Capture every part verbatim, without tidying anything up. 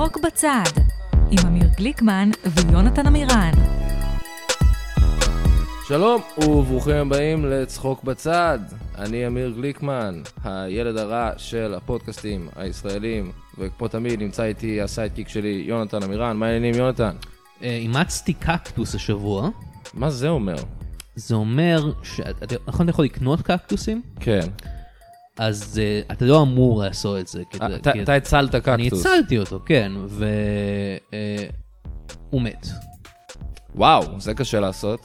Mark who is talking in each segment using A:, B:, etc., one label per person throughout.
A: צחוק בצד, עם אמיר גליקמן ויונתן אמירן.
B: שלום וברוכים הבאים לצחוק בצד. אני אמיר גליקמן, הילד הרע של הפודקאסטים הישראלים, וכמו תמיד נמצא איתי הסיידקיק שלי יונתן אמירן. מה העניינים, יונתן?
C: אימצתי קקטוס השבוע.
B: מה זה אומר?
C: זה אומר שאתה יכול לקנות קקטוסים?
B: כן.
C: אז uh, אתה לא אמור לעשות את זה.
B: 아, אתה, אתה הצלת קקטוס.
C: אני הצלתי אותו, כן, והוא uh, מת.
B: וואו, זה קשה לעשות.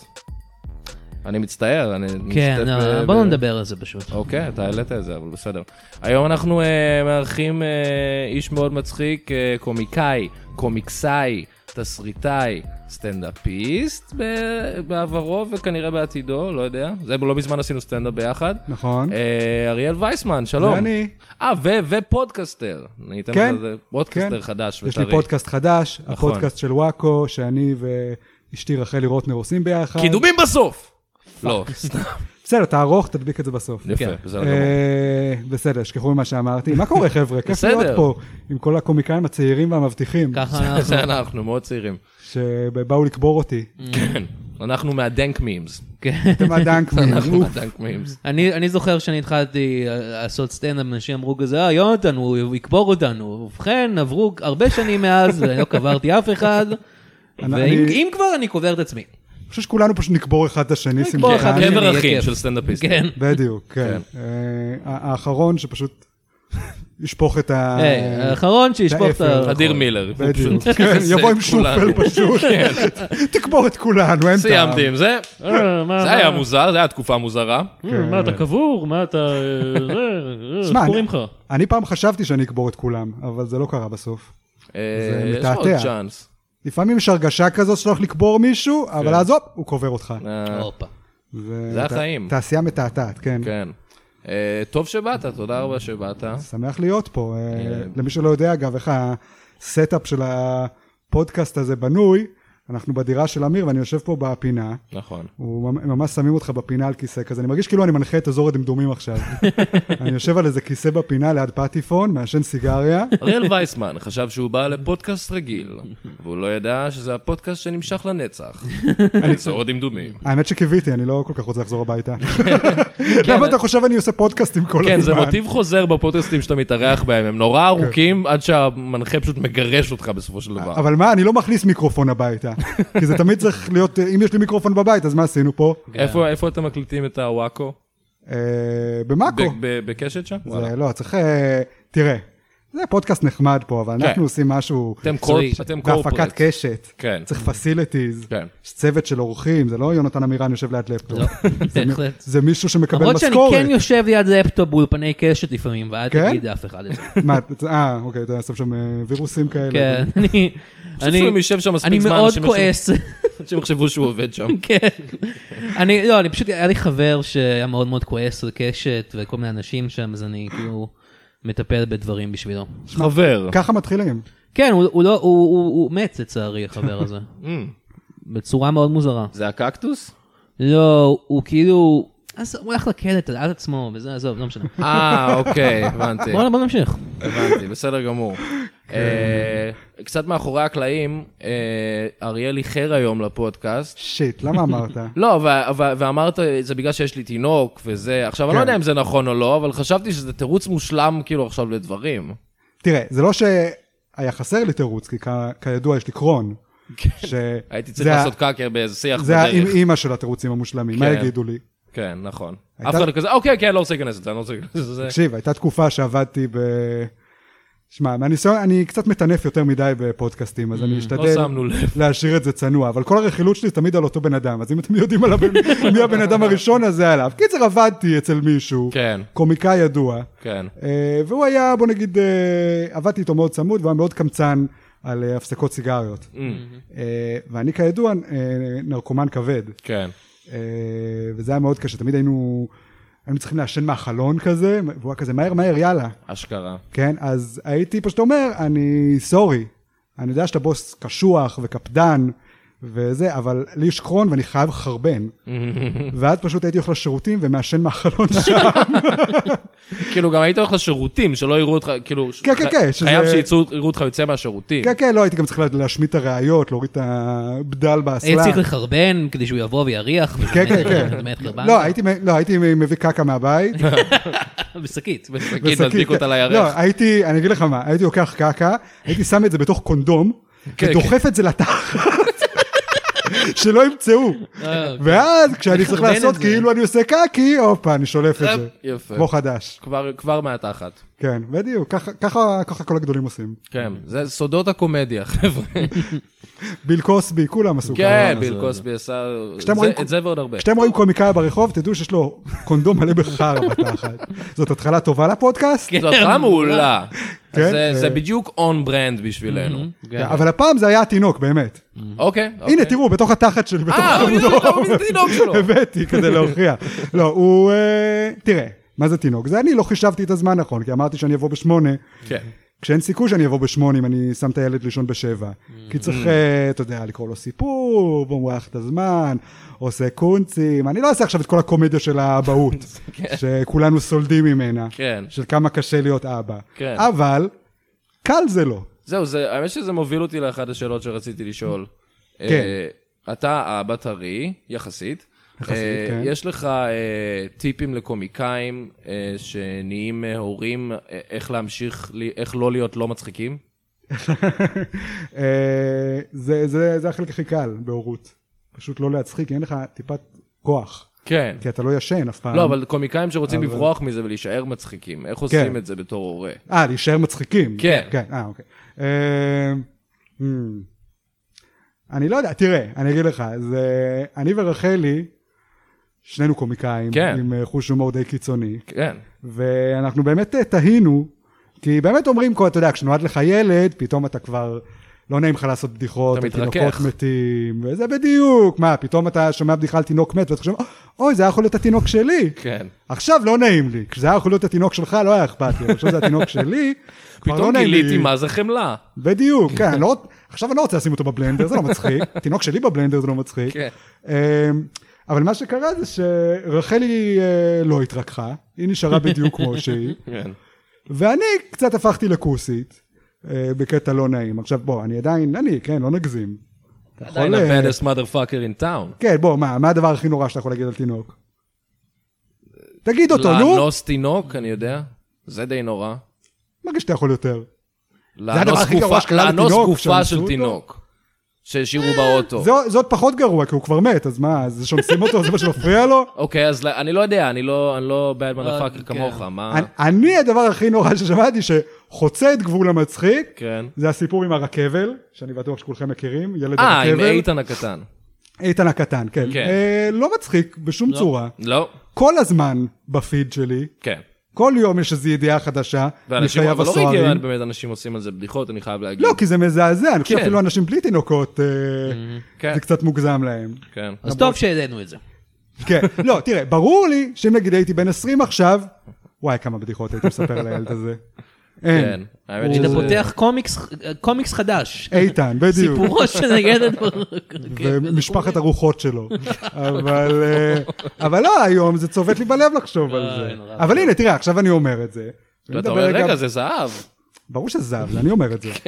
B: אני מצטער, אני
C: כן,
B: משתף...
C: לא,
B: ב...
C: בוא לא
B: ב...
C: נדבר על זה פשוט.
B: אוקיי, אתה העלית את זה, אבל בסדר. היום אנחנו uh, מארחים uh, איש מאוד מצחיק, uh, קומיקאי, קומיקסאי, תסריטאי, סטנדאפיסט בעברו וכנראה בעתידו, לא יודע. זה לא בזמן עשינו סטנדאפ ביחד.
D: נכון.
B: אריאל וייסמן, שלום.
D: זה אני.
B: אה, ופודקאסטר. אני אתן
D: כן.
B: לזה פודקאסטר חדש וטרי.
D: יש לי פודקאסט חדש,
B: נכון.
D: הפודקאסט של וואקו, שאני ואשתי רחלי רוטנר עושים ביחד.
B: קידומים בסוף! לא, סתם.
D: בסדר, תערוך, תדביק את זה בסוף.
B: יפה, בסדר גמור.
D: בסדר, שכחו ממה שאמרתי. מה קורה חבר'ה? כיף להיות פה עם כל הקומיקאים הצעירים והמבטיחים.
C: ככה אנחנו.
B: זה אנחנו, מאוד צעירים.
D: שבאו לקבור אותי.
B: כן, אנחנו מהדנק מימס.
D: אתם מהדנק מימס.
B: אנחנו מהדנק מימס.
C: אני זוכר שאני התחלתי לעשות סטנדאפ, אנשים אמרו כזה, אה, יונתן, הוא יקבור אותנו. ובכן, עברו הרבה שנים מאז, ואני לא קברתי אף אחד. ואם כבר, אני קובר את עצמי.
D: אני חושב שכולנו פשוט נקבור אחד את השני.
C: נקבור אחד את השני.
B: קבר אחים של סטנדאפיסט.
C: כן.
D: בדיוק, כן. האחרון שפשוט ישפוך את ה...
C: האחרון שישפוך את ה...
B: אדיר מילר.
D: בדיוק, כן, יבוא עם שופל פשוט. תקבור את כולנו, אין טעם.
B: סיימתי עם זה. זה היה מוזר, זה היה תקופה מוזרה.
C: מה, אתה קבור? מה אתה... זה, קוראים לך.
D: אני פעם חשבתי שאני אקבור את כולם, אבל זה לא קרה בסוף. זה
B: יש עוד
D: מתעתע.
B: צ'אנס.
D: לפעמים יש הרגשה כזאת שאתה הולך לקבור מישהו, אבל אז הופ, הוא קובר אותך.
C: הופה.
B: זה החיים.
D: תעשייה מתעתעת, כן.
B: כן. טוב שבאת, תודה רבה שבאת.
D: שמח להיות פה. למי שלא יודע, אגב, איך הסטאפ של הפודקאסט הזה בנוי, אנחנו בדירה של אמיר, ואני יושב פה בפינה.
B: נכון.
D: הם ממש שמים אותך בפינה על כיסא כזה. אני מרגיש כאילו אני מנחה את אזור הדמדומים עכשיו. אני יושב על איזה כיסא בפינה ליד פטיפון, מעשן סיגריה.
B: אריאל וייסמן חשב שהוא בא לפודקאסט רגיל, והוא לא ידע שזה הפודקאסט שנמשך לנצח. אזור הדמדומים.
D: האמת שקיוויתי, אני לא כל כך רוצה לחזור הביתה. למה אתה חושב אני עושה פודקאסטים כל הזמן?
B: כן, זה מוטיב חוזר בפודקאסטים שאתה מתארח בהם. הם נורא ארוכים עד שהמנחה פשוט מגרש אותך בסופו של דבר.
D: אבל מה, אני לא מכניס מיקרופון הביתה. כי זה תמיד צריך להיות, אם יש לי מיקרופון בבית, אז מה עשינו פה?
B: איפה אתם מקליטים את הוואקו?
D: במאקו.
B: בקשת שם?
D: זה לא, צריך, תראה, זה פודקאסט נחמד פה, אבל אנחנו עושים משהו בהפקת קשת. צריך פסיליטיז, יש צוות של אורחים, זה לא יונתן אמירן יושב ליד לפטופ. זה מישהו שמקבל משכורת.
C: למרות שאני כן יושב ליד לפטופ באולפני קשת לפעמים, ואל תגיד אף אחד את זה.
D: מה, אה, אוקיי, אתה שם שם וירוסים כאלה.
C: כן, אני... אני מאוד כועס.
B: שמחשבו שהוא עובד שם.
C: כן. אני, לא, אני פשוט, היה לי חבר שהיה מאוד מאוד כועס על קשת, וכל מיני אנשים שם, אז אני כאילו מטפל בדברים בשבילו.
B: חבר.
D: ככה מתחילים.
C: כן, הוא לא, הוא מת לצערי, החבר הזה. בצורה מאוד מוזרה.
B: זה הקקטוס?
C: לא, הוא כאילו... אז הוא הולך לקלט על עצמו, וזה, עזוב, לא משנה.
B: אה, אוקיי, הבנתי.
C: בוא נמשיך.
B: הבנתי, בסדר גמור. קצת מאחורי הקלעים, אריאל איחר היום לפודקאסט.
D: שיט, למה אמרת?
B: לא, ואמרת, זה בגלל שיש לי תינוק וזה, עכשיו אני לא יודע אם זה נכון או לא, אבל חשבתי שזה תירוץ מושלם כאילו עכשיו לדברים.
D: תראה, זה לא שהיה חסר לי תירוץ, כי כידוע יש לי קרון.
B: הייתי צריך לעשות קאקר באיזה שיח בדרך.
D: זה עם אימא של התירוצים המושלמים, מה יגידו לי?
B: כן, נכון. אף אחד כזה, אוקיי, כן, לא רוצה להיכנס את זה, אני לא רוצה להיכנס את זה.
D: תקשיב, הייתה תקופה שעבדתי ב... שמע, מהניסיון, אני קצת מטנף יותר מדי בפודקאסטים, אז אני אשתדל להשאיר את זה צנוע, אבל כל הרכילות שלי תמיד על אותו בן אדם, אז אם אתם יודעים מי הבן אדם הראשון, אז זה עליו. קיצר, עבדתי אצל מישהו, קומיקאי ידוע, והוא היה, בוא נגיד, עבדתי איתו מאוד צמוד, והוא היה מאוד קמצן על הפסקות סיגריות. ואני כידוע נרקומן כבד.
B: כן.
D: וזה היה מאוד קשה, תמיד היינו, היינו צריכים לעשן מהחלון כזה, והוא היה כזה, מהר, מהר, יאללה.
B: אשכרה.
D: כן, אז הייתי פשוט אומר, אני סורי, אני יודע שאתה בוס קשוח וקפדן, וזה, אבל לי יש קרון ואני חייב חרבן. ואז פשוט הייתי הולך לשירותים ומעשן מהחלון שם.
B: כאילו גם היית הולך לשירותים, שלא יראו אותך, כאילו, חייב שיראו אותך יוצא מהשירותים.
D: כן, כן, לא, הייתי גם צריך להשמיט את הראיות, להוריד את הבדל באסלה.
C: הייתי צריך לחרבן כדי שהוא יבוא ויריח.
D: כן, כן, כן. לא, הייתי מביא קקה מהבית.
B: בשקית, בשקית, להדליק אותה לירח.
D: לא, הייתי, אני אגיד לך מה, הייתי לוקח קקה, הייתי שם את זה בתוך קונדום, ודוחף את זה לתחת. שלא ימצאו. ואז כשאני צריך לעשות כאילו אני עושה קקי, אופה, אני שולף את זה.
B: יפה.
D: כמו חדש.
B: כבר מהתחת.
D: כן, בדיוק, ככה כל הגדולים עושים.
B: כן, זה סודות הקומדיה, חבר'ה.
D: ביל קוסבי, כולם עשו.
B: כן, ביל קוסבי עשה את זה ועוד הרבה.
D: כשאתם רואים קומיקאי ברחוב, תדעו שיש לו קונדום מלא בחר בתחת. זאת התחלה טובה לפודקאסט?
B: זאת התחלה מעולה. זה בדיוק און ברנד בשבילנו.
D: אבל הפעם זה היה התינוק, באמת.
B: אוקיי.
D: הנה, תראו, בתוך התחת שלי, בתוך הקונדום.
B: אה, תינוק שלו.
D: הבאתי כדי להוכיח. לא, הוא... תראה, מה זה תינוק? זה אני לא חישבתי את הזמן נכון, כי אמרתי שאני אבוא בשמונה.
B: כן.
D: כשאין סיכוי שאני אבוא בשמונה, אם אני שם את הילד לישון בשבע. כי צריך, אתה יודע, לקרוא לו סיפור, בוא מורח את הזמן, עושה קונצים. אני לא אעשה עכשיו את כל הקומדיה של האבהות, שכולנו סולדים ממנה, של כמה קשה להיות אבא. אבל, קל זה לא.
B: זהו, האמת שזה מוביל אותי לאחת השאלות שרציתי לשאול. כן. אתה האבא טרי, יחסית. יש לך טיפים לקומיקאים שנהיים הורים, איך להמשיך, איך לא להיות לא מצחיקים?
D: זה החלק הכי קל בהורות. פשוט לא להצחיק, אין לך טיפת כוח.
B: כן.
D: כי אתה לא ישן אף פעם.
B: לא, אבל קומיקאים שרוצים לברוח מזה ולהישאר מצחיקים, איך עושים את זה בתור הורה?
D: אה, להישאר מצחיקים?
B: כן.
D: כן, אה, אוקיי. אני לא יודע, תראה, אני אגיד לך, אני ורחלי, שנינו קומיקאים, עם חוש הומור די קיצוני.
B: כן.
D: ואנחנו באמת תהינו, כי באמת אומרים, אתה יודע, כשנועד לך ילד, פתאום אתה כבר לא נעים לך לעשות בדיחות,
B: אתה מתרכך.
D: תינוקות מתים, וזה בדיוק, מה, פתאום אתה שומע בדיחה על תינוק מת, ואתה חושב, אוי, זה היה יכול להיות התינוק שלי.
B: כן.
D: עכשיו לא נעים לי, כשזה היה יכול להיות התינוק שלך, לא היה אכפת לי, עכשיו זה התינוק שלי, כבר לא נעים לי.
B: פתאום גיליתי מה זה חמלה.
D: בדיוק, כן, עכשיו אני לא רוצה לשים אותו בבלנדר, זה לא מצחיק, התינוק שלי בבלנדר זה לא מצחיק.
B: כן.
D: אבל מה שקרה זה שרחלי לא התרככה, היא נשארה בדיוק כמו שהיא, ואני קצת הפכתי לקוסית, בקטע לא נעים. עכשיו בוא, אני עדיין, אני, כן, לא נגזים.
B: עדיין ה-baddest motherfucker in town.
D: כן, בוא, מה, מה הדבר הכי נורא שאתה יכול להגיד על תינוק? תגיד אותו, נו.
B: לאנוס תינוק, אני יודע, זה די נורא.
D: מרגיש שאתה יכול יותר.
B: לאנוס גופה של תינוק. שהשאירו באוטו.
D: זה עוד פחות גרוע, כי הוא כבר מת, אז מה, אז שומסים אותו, זה מה שמפריע לו?
B: אוקיי, אז אני לא יודע, אני לא bad motherfucker כמוך, מה?
D: אני הדבר הכי נורא ששמעתי, שחוצה את גבול המצחיק, זה הסיפור עם הרכבל, שאני בטוח שכולכם מכירים, ילד הרכבל.
B: אה, עם איתן הקטן.
D: איתן הקטן, כן. לא מצחיק בשום צורה.
B: לא.
D: כל הזמן בפיד שלי.
B: כן.
D: כל יום יש איזו ידיעה חדשה,
B: מחייב הסוהרים. אבל לא ראיתי באמת אנשים עושים על זה בדיחות, אני חייב להגיד.
D: לא, כי זה מזעזע, אני חושב אפילו אנשים בלי תינוקות, זה קצת מוגזם להם.
B: כן.
C: אז טוב שהדענו את זה.
D: כן, לא, תראה, ברור לי שאם נגיד הייתי בן עשרים עכשיו, וואי, כמה בדיחות הייתי מספר לילד הזה.
B: כן.
C: אתה פותח קומיקס חדש.
D: איתן, בדיוק.
C: סיפורו של הילד.
D: ומשפחת הרוחות שלו. אבל לא, היום זה צובט לי בלב לחשוב על זה. אבל הנה, תראה, עכשיו אני אומר את זה.
B: אתה אומר, רגע, זה זהב.
D: ברור שזה זהב, אני אומר את זה.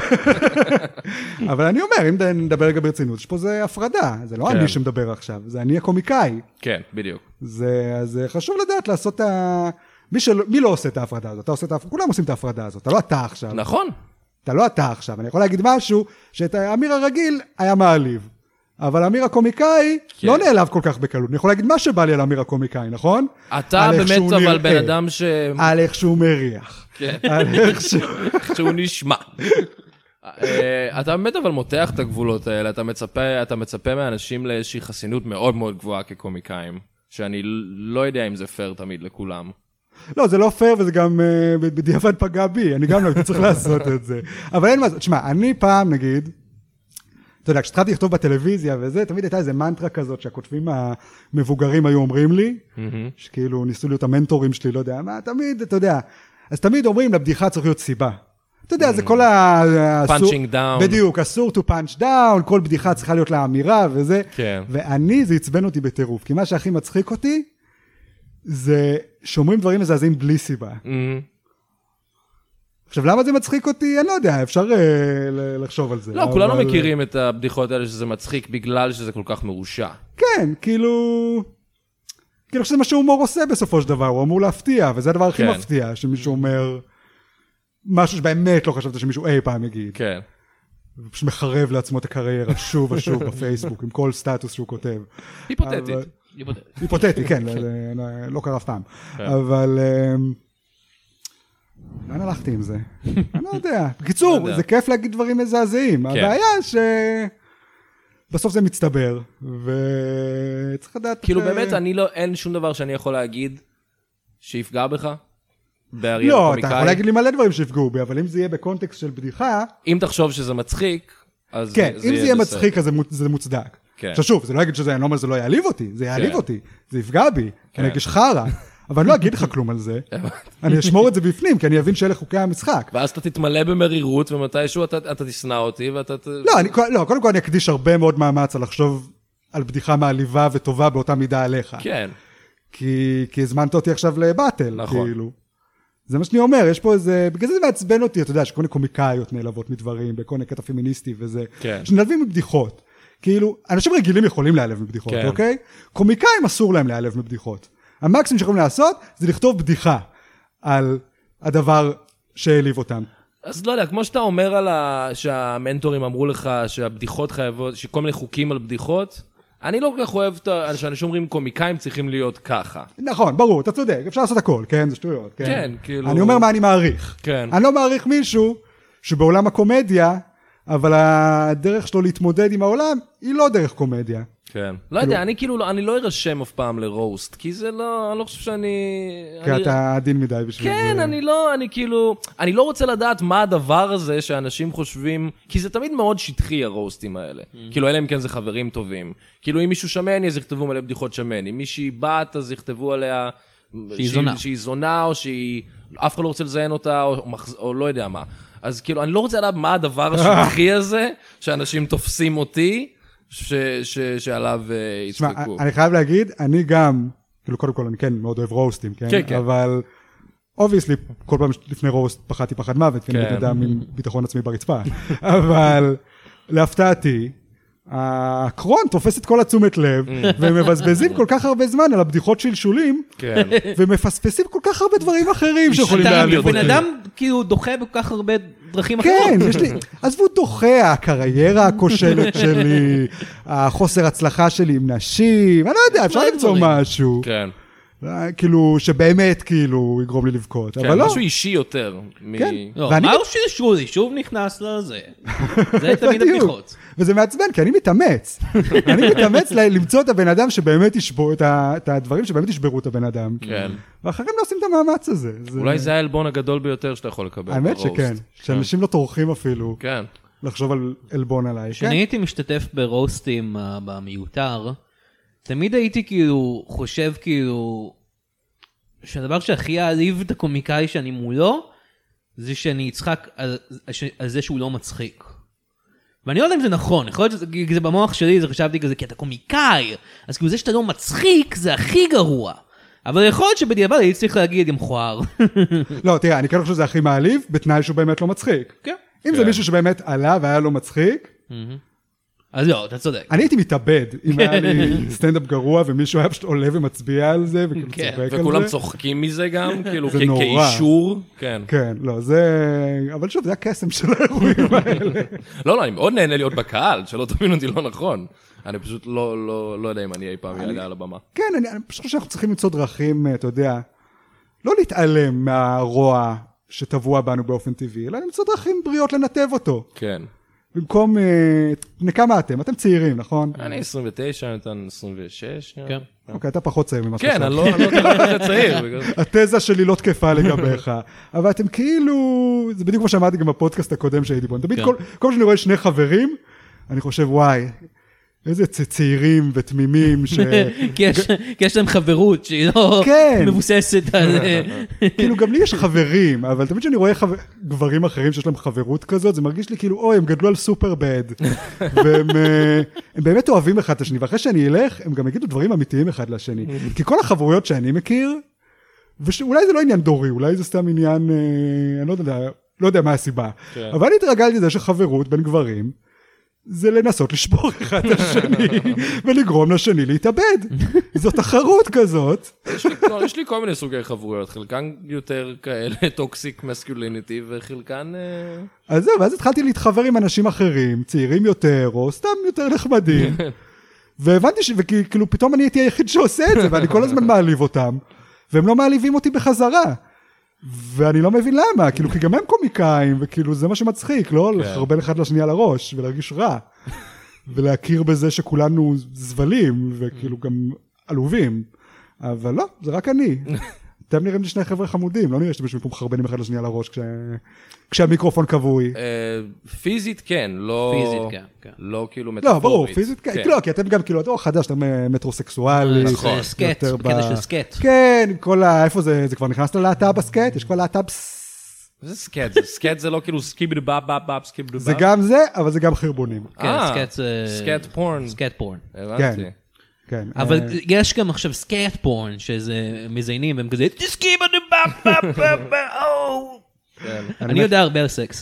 D: אבל אני אומר, אם נדבר רגע ברצינות, יש פה זה הפרדה. זה לא אני שמדבר עכשיו, זה אני הקומיקאי.
B: כן, בדיוק.
D: זה חשוב לדעת לעשות את ה... מי, של... מי לא עושה את ההפרדה הזאת? אתה עושה את ההפרדה... כולם עושים את ההפרדה הזאת, אתה לא אתה עכשיו.
B: נכון.
D: אתה לא אתה עכשיו. אני יכול להגיד משהו שאת האמיר הרגיל היה מעליב. אבל האמיר הקומיקאי כן. לא נעלב כל כך בקלות. אני יכול להגיד מה שבא לי על האמיר הקומיקאי, נכון?
B: אתה באמת אבל נראה. בן אדם ש...
D: על איך שהוא מריח.
B: כן.
D: על איך שהוא...
B: שהוא נשמע. אתה באמת אבל מותח את הגבולות האלה. אתה מצפה, אתה מצפה מאנשים לאיזושהי חסינות מאוד מאוד גבוהה כקומיקאים. שאני לא יודע אם זה פייר תמיד לכולם.
D: לא, זה לא פייר וזה גם uh, בדיעבד פגע בי, אני גם לא הייתי צריך לעשות את זה. אבל אין מה, תשמע, אני פעם נגיד, אתה יודע, כשהתחלתי לכתוב בטלוויזיה וזה, תמיד הייתה איזה מנטרה כזאת שהכותבים המבוגרים היו אומרים לי, mm-hmm. שכאילו ניסו להיות המנטורים שלי, לא יודע מה, תמיד, אתה יודע, אז תמיד אומרים לבדיחה צריך להיות סיבה. אתה יודע, זה כל ה...
B: punching down.
D: בדיוק, אסור to punch down, כל בדיחה צריכה להיות לה אמירה וזה.
B: כן.
D: ואני, זה עצבן אותי בטירוף, כי מה שהכי מצחיק אותי, זה שאומרים דברים מזעזעים בלי סיבה. עכשיו, למה זה מצחיק אותי? אני לא יודע, אפשר לחשוב על זה.
B: לא, כולנו מכירים את הבדיחות האלה שזה מצחיק בגלל שזה כל כך מרושע.
D: כן, כאילו... כאילו שזה מה שהומור עושה בסופו של דבר, הוא אמור להפתיע, וזה הדבר הכי מפתיע, שמישהו אומר משהו שבאמת לא חשבת שמישהו אי פעם יגיד.
B: כן.
D: ופשוט מחרב לעצמו את הקריירה שוב ושוב בפייסבוק, עם כל סטטוס שהוא כותב.
B: היפותטית.
D: היפותטי, כן, לא קרה אף פעם. אבל... לאן הלכתי עם זה? אני לא יודע. בקיצור, זה כיף להגיד דברים מזעזעים. הבעיה ש... בסוף זה מצטבר, וצריך לדעת...
B: כאילו באמת, אני לא, אין שום דבר שאני יכול להגיד שיפגע בך? באריאל
D: לא,
B: קומיקאי?
D: אתה יכול להגיד לי מלא דברים שיפגעו בי, אבל אם זה יהיה בקונטקסט של בדיחה...
B: אם תחשוב שזה מצחיק, אז
D: כן, אם זה יהיה מצחיק, אז זה מוצדק. עכשיו שוב, זה לא יגיד שזה, אני לא אומר, זה לא יעליב אותי, זה יעליב אותי, זה יפגע בי, אני אגיש חרא. אבל אני לא אגיד לך כלום על זה, אני אשמור את זה בפנים, כי אני אבין שאלה חוקי המשחק.
B: ואז אתה תתמלא במרירות, ומתישהו אתה תשנא אותי, ואתה...
D: לא, קודם כל אני אקדיש הרבה מאוד מאמץ על לחשוב על בדיחה מעליבה וטובה באותה מידה עליך.
B: כן.
D: כי הזמנת אותי עכשיו לבטל, כאילו. זה מה שאני אומר, יש פה איזה... בגלל זה זה מעצבן אותי, אתה יודע, שכל מיני קומיקאיות נעלבות מדברים, בכל מיני קטע פמיניסטי וזה, שנעלבים מבדיחות. כאילו, אנשים רגילים יכולים להיעלב מבדיחות, אוקיי? קומיקאים אסור להם להיעלב מבדיחות. המקסימום שיכולים לעשות זה לכתוב בדיחה על הדבר שהעליב אותם.
B: אז לא יודע, כמו שאתה אומר על ה... שהמנטורים אמרו לך שהבדיחות חייבות, שכל מיני חוקים על בדיחות, אני לא כל כך אוהב שאנשים אומרים קומיקאים צריכים להיות ככה.
D: נכון, ברור, אתה צודק, אפשר לעשות הכל, כן, זה שטויות. כן,
B: כן כאילו...
D: אני אומר מה אני מעריך.
B: כן.
D: אני לא מעריך מישהו שבעולם הקומדיה, אבל הדרך שלו להתמודד עם העולם היא לא דרך קומדיה.
B: כן. לא יודע, אני כאילו, אני לא ארשם אף פעם לרוסט, כי זה לא, אני לא חושב שאני...
D: כי אתה עדין מדי בשביל זה.
B: כן, אני לא, אני כאילו, אני לא רוצה לדעת מה הדבר הזה שאנשים חושבים, כי זה תמיד מאוד שטחי הרוסטים האלה. כאילו, אלה אם כן זה חברים טובים. כאילו, אם מישהו שמן, אז יכתבו מלא בדיחות שמן. אם מישהי בת, אז יכתבו עליה...
C: שהיא זונה.
B: שהיא זונה, או שהיא... אף אחד לא רוצה לזיין אותה, או, או לא יודע מה. אז כאילו, אני לא רוצה לדעת מה הדבר השטחי הזה, שאנשים תופסים אותי, ש, ש, שעליו uh, יצחקו.
D: אני חייב להגיד, אני גם, כאילו קודם כל אני כן מאוד אוהב רוסטים, כן?
B: כן, כן.
D: אבל, obviously, כל פעם לפני רוסט פחדתי פחד מוות, כן, אני יודע עם ביטחון עצמי ברצפה. אבל, להפתעתי, הקרון תופס את כל התשומת לב, ומבזבזים כל כך הרבה זמן על הבדיחות שלשולים, ומפספסים כל כך הרבה דברים אחרים שיכולים להעליב אותי.
C: בן אדם כאילו דוחה בכל כך הרבה דרכים אחרות.
D: כן, יש לי, עזבו דוחה, הקריירה הכושלת שלי, החוסר הצלחה שלי עם נשים, אני לא יודע, אפשר למצוא משהו.
B: כן.
D: כאילו, שבאמת כאילו יגרום לי לבכות, אבל לא.
B: משהו אישי יותר.
D: כן.
C: מה הוא ששולי? שוב נכנס לזה. זה תמיד הבדיחות.
D: וזה מעצבן, כי אני מתאמץ. אני מתאמץ למצוא את הבן אדם שבאמת ישבור את הדברים, שבאמת ישברו את הבן אדם.
B: כן.
D: ואחרים לא עושים את המאמץ הזה.
B: אולי זה העלבון הגדול ביותר שאתה יכול לקבל.
D: האמת שכן. שאנשים לא טורחים אפילו.
B: כן.
D: לחשוב על עלבון עליי.
C: כשאני הייתי משתתף ברוסטים במיותר, תמיד הייתי כאילו חושב כאילו שהדבר שהכי יעליב את הקומיקאי שאני מולו זה שאני אצחק על, על זה שהוא לא מצחיק. ואני לא יודע אם זה נכון, יכול להיות שזה במוח שלי, זה חשבתי כזה, כי אתה קומיקאי, אז כאילו זה שאתה לא מצחיק זה הכי גרוע. אבל יכול להיות שבדיעבד הייתי צריך להגיד עם מכוער.
D: לא, תראה, אני כן חושב שזה הכי מעליב, בתנאי שהוא באמת לא מצחיק.
C: כן.
D: אם זה מישהו שבאמת עלה והיה לו מצחיק,
C: אז לא, אתה צודק.
D: אני הייתי מתאבד, אם היה לי סטנדאפ גרוע, ומישהו היה פשוט עולה ומצביע על זה, וכאילו צוחק על זה.
B: וכולם צוחקים מזה גם, כאילו, כאישור. כן.
D: כן, לא, זה... אבל שוב, זה הקסם של האירועים האלה.
B: לא, לא, אני מאוד נהנה להיות בקהל, שלא תבין אותי לא נכון. אני פשוט לא יודע אם אני אי פעם יעלה על הבמה.
D: כן, אני פשוט חושב שאנחנו צריכים למצוא דרכים, אתה יודע, לא להתעלם מהרוע שטבוע בנו באופן טבעי, אלא למצוא דרכים בריאות לנתב אותו.
B: כן.
D: במקום, כמה אתם? אתם צעירים, נכון?
B: אני עשרים ותשע, נתן עשרים ושש.
C: כן.
D: אוקיי, אתה פחות צעיר ממה
B: שחשבתי. כן, אני לא צעיר.
D: התזה שלי לא תקפה לגביך. אבל אתם כאילו, זה בדיוק כמו שאמרתי גם בפודקאסט הקודם שהייתי בו. תמיד כל פעם שאני רואה שני חברים, אני חושב, וואי, איזה צעירים ותמימים ש...
C: כי יש להם חברות שהיא לא מבוססת על...
D: כאילו גם לי יש חברים, אבל תמיד שאני רואה גברים אחרים שיש להם חברות כזאת, זה מרגיש לי כאילו, אוי, הם גדלו על סופר בד, והם באמת אוהבים אחד את השני, ואחרי שאני אלך, הם גם יגידו דברים אמיתיים אחד לשני. כי כל החברויות שאני מכיר, ואולי זה לא עניין דורי, אולי זה סתם עניין, אני לא יודע, לא יודע מה הסיבה, אבל אני התרגלתי לזה שחברות בין גברים, זה לנסות לשבור אחד את השני, ולגרום לשני להתאבד. זו תחרות כזאת.
B: יש לי כל מיני סוגי חברויות, חלקן יותר כאלה טוקסיק מסקיוליניטי, וחלקן...
D: אז זהו, ואז התחלתי להתחבר עם אנשים אחרים, צעירים יותר, או סתם יותר נחמדים, והבנתי ש... וכאילו פתאום אני הייתי היחיד שעושה את זה, ואני כל הזמן מעליב אותם, והם לא מעליבים אותי בחזרה. ואני לא מבין למה, כאילו, כי גם הם קומיקאים, וכאילו, זה מה שמצחיק, לא? לחרבן אחד לשנייה לראש, ולהרגיש רע, ולהכיר בזה שכולנו זבלים, וכאילו גם עלובים, אבל לא, זה רק אני. אתם נראים לי שני חבר'ה חמודים, לא נראה שאתם משהו פה מחרבנים אחד לשנייה לראש, כשהמיקרופון כבוי.
B: פיזית כן, לא...
C: פיזית כן.
B: לא כאילו מטאפורית.
D: לא, ברור, פיזית כן. לא, כי אתם גם כאילו, או חדש, אתם מטרוסקסואלי.
C: נכון. סקט, בקטע של סקט.
D: כן, כל ה... איפה זה? זה כבר נכנס ללהט"ב בסקט? יש כבר להט"ב...
B: זה סקט, סקט זה לא כאילו סקיבד באב באב באב סקיבד באב.
D: זה גם זה, אבל זה גם חרבונים.
C: כן, סקט זה...
B: סקט פורן.
C: סקט פורן.
B: הבנתי.
D: כן.
C: אבל יש גם עכשיו סקט פורן, שזה מזיינים, והם כזה, תסקיבד באב באב באב באב, אני יודע הרבה על סקס.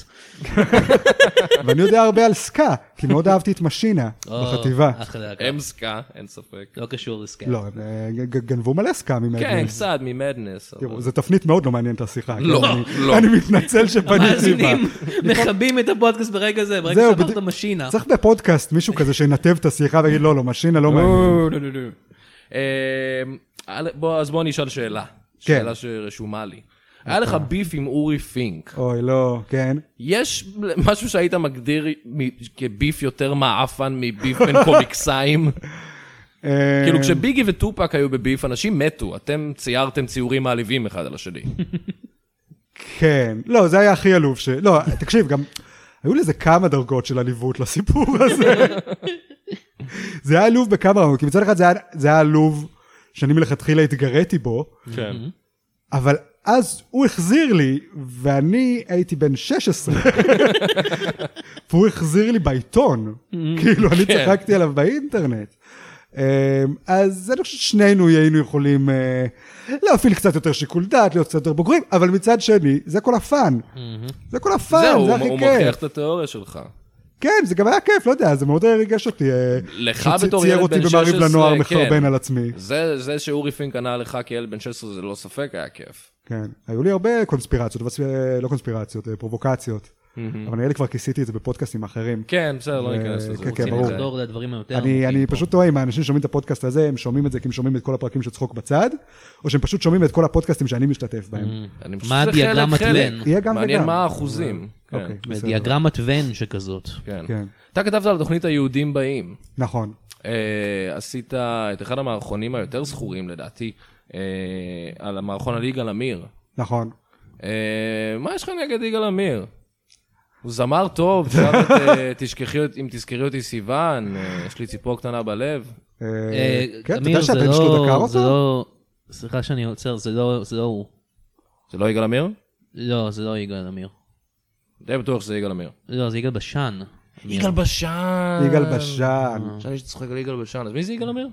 D: ואני יודע הרבה על סקה, כי מאוד אהבתי את משינה בחטיבה.
B: הם סקה, אין ספק.
C: לא קשור לסקה.
D: לא, גנבו מלא סקה ממדנס.
B: כן, קצת ממדנס.
D: זה תפנית מאוד לא מעניינת השיחה.
B: לא, לא.
D: אני מתנצל שפניתי בה.
C: המאזינים מכבים את הפודקאסט ברגע זה, ברגע שאמרת משינה.
D: צריך בפודקאסט מישהו כזה שינתב את השיחה ויגיד לא, לא, משינה לא מעניין.
B: אז בוא נשאל שאלה. שאלה שרשומה לי. היה לך ביף עם אורי פינק.
D: אוי, לא, כן.
B: יש משהו שהיית מגדיר כביף יותר מעפן מביף בין קומיקסאים? כאילו כשביגי וטופק היו בביף, אנשים מתו, אתם ציירתם ציורים מעליבים אחד על השני.
D: כן, לא, זה היה הכי עלוב ש... לא, תקשיב, גם היו לזה כמה דרגות של עליבות לסיפור הזה. זה היה עלוב בכמה רמות, כי מצד אחד זה היה עלוב שאני מלכתחילה התגרתי בו,
B: כן.
D: אבל אז הוא החזיר לי, ואני הייתי בן שש עשרה, והוא החזיר לי בעיתון, כאילו אני צחקתי עליו באינטרנט. אז אני חושב ששנינו היינו יכולים להפעיל קצת יותר שיקול דעת, להיות קצת יותר בוגרים, אבל מצד שני, זה כל הפן. זה כל הפן, זה הכי כיף.
B: זהו, הוא מוכיח את התיאוריה שלך.
D: כן, זה גם היה כיף, לא יודע, זה מאוד ריגש אותי.
B: לך בתור ילד בן שש עשרה,
D: אותי במעריב לנוער מחרבן על עצמי.
B: זה שאורי פינק ענה לך כילד בן שש עשרה, זה לא ספק, היה כיף.
D: כן, היו לי הרבה קונספירציות, לא קונספירציות, פרובוקציות. אבל נראה לי כבר כיסיתי את זה בפודקאסטים אחרים.
B: כן, בסדר, לא ניכנס לזה.
D: כן, ברור. אני פשוט טועה, אם האנשים שומעים את הפודקאסט הזה, הם שומעים את זה כי הם שומעים את כל הפרקים של צחוק בצד, או שהם פשוט שומעים את כל הפודקאסטים שאני משתתף בהם.
C: מה הדיאגרמת ון?
B: מעניין מה האחוזים.
C: דיאגרמת ון שכזאת.
D: כן.
B: אתה כתבת על התוכנית היהודים באים.
D: נכון.
B: עשית את אחד המערכונים היותר זכורים לדעתי, על המערכון על יגאל עמיר.
D: נכון.
B: מה יש לך נגד יגאל עמיר? הוא זמר טוב, אם תזכרי אותי סיוון, יש לי ציפור קטנה בלב.
D: כן, אתה יודע שהבן שלו דקר אותו?
C: סליחה שאני עוצר, זה לא הוא.
B: זה לא יגאל עמיר?
C: לא, זה לא יגאל עמיר.
B: די בטוח שזה יגאל עמיר.
C: לא, זה יגאל בשן.
B: יגאל בשן.
D: יגאל בשן.
B: שאני שצוחק על יגאל בשן, אז מי זה יגאל עמיר?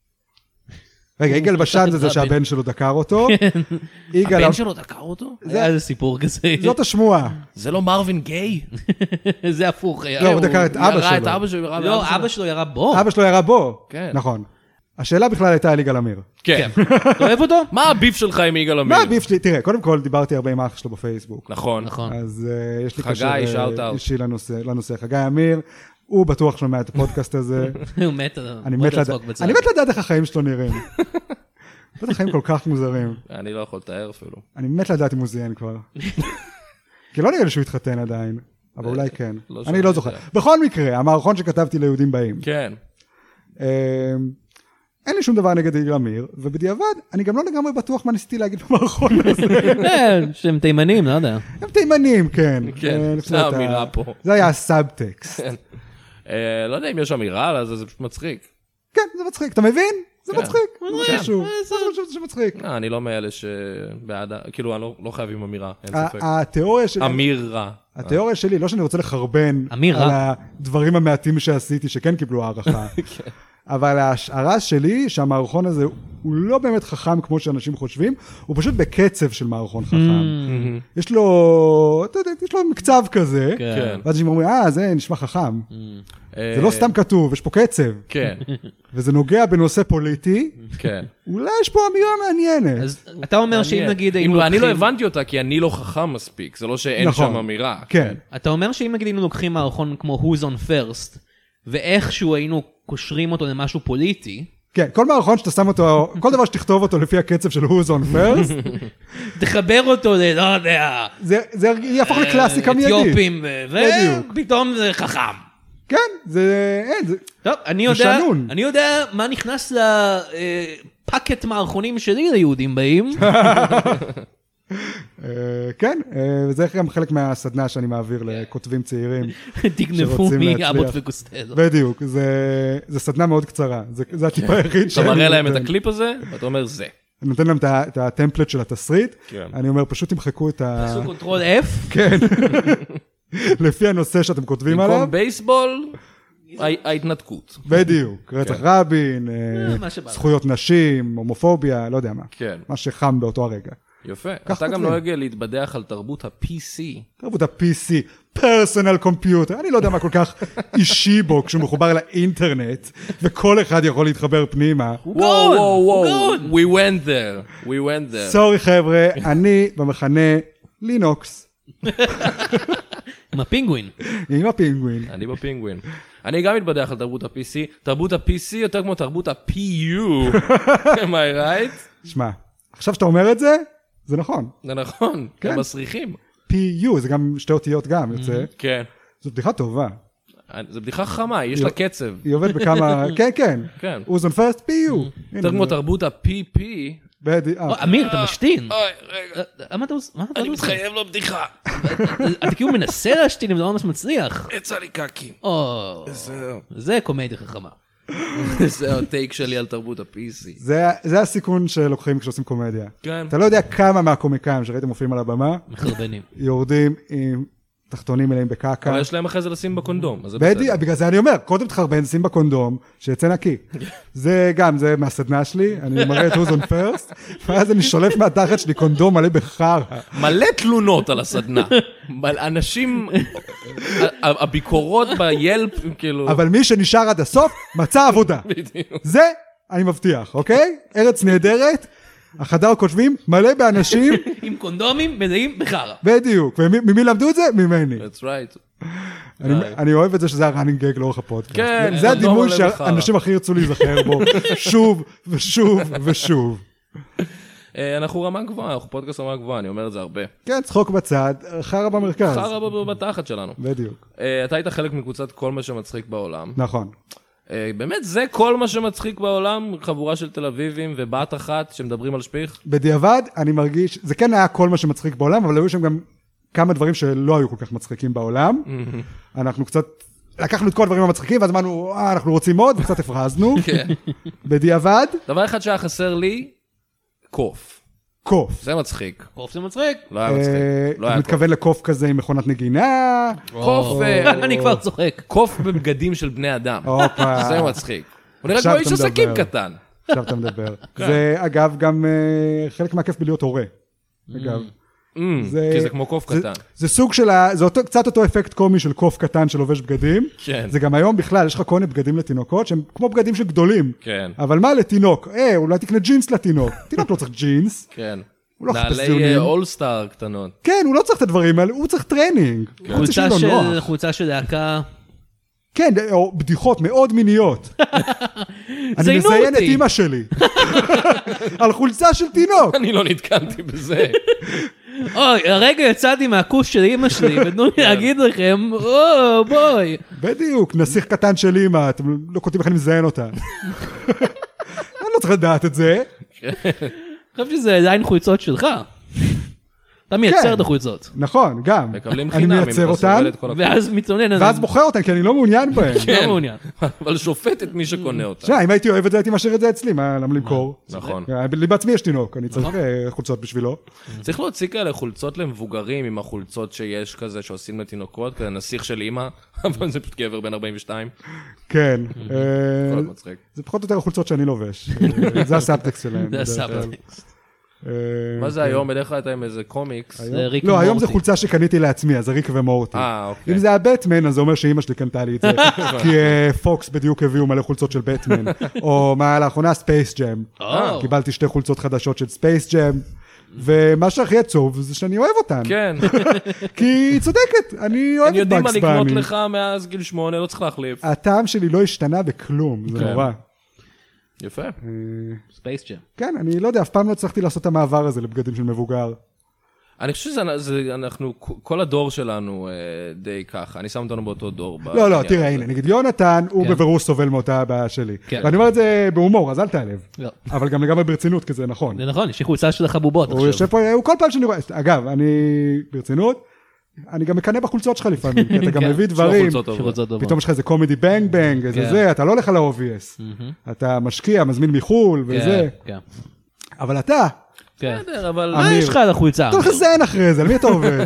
D: רגע, יגאל בשן זה זה שהבן שלו דקר אותו.
B: הבן שלו דקר אותו?
C: זה היה סיפור כזה.
D: זאת השמועה.
B: זה לא מרווין גיי?
C: זה הפוך.
D: לא, הוא דקר את אבא שלו.
C: לא, אבא שלו ירה בו.
D: אבא שלו ירה בו. נכון. השאלה בכלל הייתה על יגאל עמיר.
B: כן.
C: אתה אוהב אותו?
B: מה הביף שלך עם יגאל עמיר?
D: מה הביף שלי? תראה, קודם כל דיברתי הרבה עם אח שלו בפייסבוק.
B: נכון.
D: אז יש לי
B: קשר
D: אישי לנושא. חגי עמיר, הוא בטוח שומע את הפודקאסט הזה.
C: הוא מת
D: לדעת. אני מת לדעת איך החיים שלו נראים. בטח חיים כל כך מוזרים.
B: אני לא יכול לתאר אפילו.
D: אני מת לדעת אם הוא זיין כבר. כי לא נראה לי שהוא התחתן עדיין, אבל אולי כן. אני לא זוכר. בכל מקרה, המערכון שכתבתי ליהודים באים.
B: כן.
D: אין לי שום דבר נגד יגאל עמיר, ובדיעבד, אני גם לא לגמרי בטוח מה ניסיתי להגיד במערכון הזה.
C: כן, שהם תימנים, לא יודע.
D: הם תימנים, כן.
B: כן, זה האמירה פה.
D: זה היה הסאבטקסט.
B: לא יודע אם יש אמירה על זה, זה פשוט מצחיק.
D: כן, זה מצחיק, אתה מבין? זה מצחיק. זה משהו, זה מצחיק.
B: אני לא מאלה שבעד, כאילו, אני לא חייב עם אמירה, אין ספק.
D: התיאוריה שלי...
B: אמירה.
D: התיאוריה שלי, לא שאני רוצה לחרבן על הדברים המעטים שעשיתי, שכן קיבלו הערכה. אבל ההשערה שלי, שהמערכון הזה הוא לא באמת חכם כמו שאנשים חושבים, הוא פשוט בקצב של מערכון חכם. יש לו, אתה יודע, יש לו מקצב כזה, ואז אנשים אומרים, אה, זה נשמע חכם. זה לא סתם כתוב, יש פה קצב.
B: כן.
D: וזה נוגע בנושא פוליטי.
B: כן.
D: אולי יש פה אמירה מעניינת.
C: אז אתה אומר שאם נגיד...
B: אני לא הבנתי אותה, כי אני לא חכם מספיק, זה לא שאין שם אמירה.
D: כן.
C: אתה אומר שאם נגיד היינו לוקחים מערכון כמו Who's on First, ואיכשהו היינו קושרים אותו למשהו פוליטי.
D: כן, כל מערכון שאתה שם אותו, כל דבר שתכתוב אותו לפי הקצב של Who's on First.
C: תחבר אותו ל... לא יודע.
D: זה יהפוך לקלאסיקה מיידית.
C: אתיופים, ופתאום זה חכם.
D: כן, זה... אין, זה...
C: טוב, אני יודע... אני יודע מה נכנס לפאקט מערכונים שלי ליהודים באים.
D: כן, וזה גם חלק מהסדנה שאני מעביר לכותבים צעירים.
C: תגנבו מאבוט וקוסטלו.
D: בדיוק, זה סדנה מאוד קצרה, זה הטיפה היחיד.
B: אתה מראה להם את הקליפ הזה, ואתה אומר זה.
D: אני נותן להם את הטמפלט של התסריט, אני אומר פשוט תמחקו את ה...
C: תעשו קונטרול F.
D: כן, לפי הנושא שאתם כותבים עליו.
B: במקום בייסבול, ההתנתקות.
D: בדיוק, רצח רבין, זכויות נשים, הומופוביה, לא יודע מה. מה שחם באותו הרגע.
B: יפה. אתה גם נוהג להתבדח על תרבות ה-פי סי.
D: תרבות ה-פי סי, Personal Computer. אני לא יודע מה כל כך אישי בו כשהוא מחובר לאינטרנט, וכל אחד יכול להתחבר פנימה.
B: וואו, וואו, וואו. We went there. We went there.
D: סורי חבר'ה, אני במחנה לינוקס.
C: עם הפינגווין.
D: עם הפינגווין.
B: אני בפינגווין. אני גם מתבדח על תרבות ה-פי סי. תרבות ה-פי סי יותר כמו תרבות ה-פי יו. Am I right?
D: שמע, עכשיו שאתה אומר את זה, זה נכון.
B: זה נכון, הם מסריחים.
D: פי יו, זה גם שתי אותיות גם, יוצא.
B: כן.
D: זו בדיחה טובה.
B: זו בדיחה חכמה, יש לה קצב.
D: היא עובדת בכמה, כן, כן.
B: כן.
D: Who's on first, פי יו.
B: יותר כמו תרבות ה-פי פי.
C: אמיר, אתה משתין.
B: אוי, רגע.
C: מה אתה עושה?
B: אני מתחייב לו בדיחה.
C: אתה כאילו מנסה להשתין, אבל לא ממש מצליח.
B: יצא לי קקי.
C: זה קומדיה חכמה.
B: זה הטייק שלי על תרבות ה-פי סי.
D: זה הסיכון שלוקחים כשעושים קומדיה.
B: כן.
D: אתה לא יודע כמה מהקומיקאים שראיתם מופיעים על הבמה,
C: מחרבנים.
D: יורדים עם תחתונים מלאים בקקה.
B: אבל יש להם אחרי זה לשים בקונדום.
D: בדיוק, בגלל זה אני אומר, קודם תחרבן, שים בקונדום, שיצא נקי. זה גם, זה מהסדנה שלי, אני מראה את Who's on First, ואז אני שולף מהתחת שלי קונדום מלא בחר.
B: מלא תלונות על הסדנה. אנשים, הביקורות ביילפ, כאילו...
D: אבל מי שנשאר עד הסוף, מצא עבודה. זה אני מבטיח, אוקיי? ארץ נהדרת. החדר כותבים מלא באנשים
C: עם קונדומים מלאים בחרה.
D: בדיוק, וממי למדו את זה? ממני.
B: That's right.
D: אני אוהב את זה שזה הראנינג גג לאורך הפודקאסט.
B: כן.
D: זה הדימוי שאנשים הכי ירצו להיזכר בו, שוב ושוב ושוב.
B: אנחנו רמה גבוהה, אנחנו פודקאסט רמה גבוהה, אני אומר את זה הרבה.
D: כן, צחוק בצד, חרה במרכז.
B: חרה בתחת שלנו.
D: בדיוק.
B: אתה היית חלק מקבוצת כל מה שמצחיק בעולם.
D: נכון.
B: באמת זה כל מה שמצחיק בעולם, חבורה של תל אביבים ובת אחת שמדברים על שפיך?
D: בדיעבד אני מרגיש, זה כן היה כל מה שמצחיק בעולם, אבל היו שם גם כמה דברים שלא היו כל כך מצחיקים בעולם. אנחנו קצת לקחנו את כל הדברים המצחיקים, ואז אמרנו, אה, אנחנו רוצים עוד, וקצת הפרזנו. בדיעבד.
B: דבר אחד שהיה חסר לי, קוף.
D: קוף.
B: זה מצחיק.
C: קוף זה מצחיק.
B: לא היה מצחיק.
D: אתה מתכוון לקוף כזה עם מכונת נגינה?
B: קוף...
C: אני כבר צוחק.
B: קוף בבגדים של בני אדם. זה מצחיק. הוא נראה כמו איש עסקים קטן.
D: עכשיו אתה מדבר. זה אגב גם חלק מהכיף בלהיות הורה. אגב.
B: כי זה כמו קוף קטן.
D: זה סוג של, זה קצת אותו אפקט קומי של קוף קטן שלובש בגדים. זה גם היום בכלל, יש לך כל מיני בגדים לתינוקות, שהם כמו בגדים של גדולים. אבל מה לתינוק? אה, אולי תקנה ג'ינס לתינוק. תינוק לא צריך ג'ינס.
B: כן.
D: הוא לא חפש
B: ציונים. נעלי אולסטאר קטנות.
D: כן, הוא לא צריך את הדברים האלה, הוא צריך טרנינג.
C: חולצה של להקה.
D: כן, או בדיחות מאוד מיניות. אני מזיין את אמא שלי. על חולצה של תינוק.
B: אני לא נתקלתי בזה.
C: אוי, הרגע יצאתי מהכוס של אמא שלי, ותנו לי להגיד לכם, או, בואי.
D: בדיוק, נסיך קטן של אמא, אתם לא כותבים איך אני מזיין אותה. אני לא צריך לדעת את זה.
C: אני חושב שזה עדיין חולצות שלך. אתה מייצר את החולצות.
D: נכון, גם.
B: מקבלים
D: אני
B: חינם,
D: מייצר אותן,
C: ואז מתלונן.
D: ואז בוחר אותן, כי אני לא מעוניין בהן.
C: לא מעוניין.
B: אבל שופט את מי שקונה אותה.
D: שנייה, אם הייתי אוהב את זה, הייתי משאיר את זה אצלי, מה, למה למכור?
B: נכון.
D: לי בעצמי יש תינוק, אני צריך חולצות בשבילו.
B: צריך להוציא כאלה חולצות למבוגרים, עם החולצות שיש כזה, שעושים לתינוקות, כזה נסיך של אימא, אבל זה פשוט גבר בן ארבעים ושתיים.
D: כן.
B: מאוד מצחיק.
D: זה פחות או יותר החולצות שאני לובש. זה הסאבטקסט שלהם.
C: זה הסאבטקסט.
B: מה זה היום? בדרך כלל אתה עם איזה קומיקס.
D: לא, היום זה חולצה שקניתי לעצמי, אז זה ריק ומורטי.
B: אה, אוקיי.
D: אם זה היה בטמן, אז זה אומר שאימא שלי קנתה לי את זה. כי פוקס בדיוק הביאו מלא חולצות של בטמן. או מה לאחרונה, ספייס ג'ם. קיבלתי שתי חולצות חדשות של ספייס ג'ם. ומה שהכי עצוב זה שאני אוהב אותן.
B: כן.
D: כי היא צודקת, אני אוהב את
B: יודעים מה
D: בקס בני.
B: לקנות לך מאז גיל שמונה, לא צריך להחליף.
D: הטעם שלי לא השתנה בכלום, זה נורא.
B: יפה.
C: ספייס ג'ם.
D: כן, אני לא יודע, אף פעם לא הצלחתי לעשות את המעבר הזה לבגדים של מבוגר.
B: אני חושב שאנחנו, כל הדור שלנו די ככה, אני שם אותנו באותו דור.
D: לא, לא, תראה, הנה, נגיד יונתן, הוא בבירור סובל מאותה הבעיה שלי. ואני אומר את זה בהומור, אז אל תעלב. אבל גם לגמרי ברצינות, כי זה נכון.
C: זה נכון, יש לי חולצה של החבובות
D: הוא יושב פה, הוא כל פעם שאני רואה, אגב, אני ברצינות, אני גם מקנה בחולצות שלך לפעמים, כי אתה גם מביא דברים, פתאום יש לך איזה קומדי בנג בנג, איזה זה, אתה לא הולך ל-או וי אס. אתה משקיע, מזמין מחול וזה. אבל אתה,
B: בסדר, אבל...
C: מה יש לך על החולצה?
D: אתה הולך לזיין אחרי זה, על מי אתה עובד?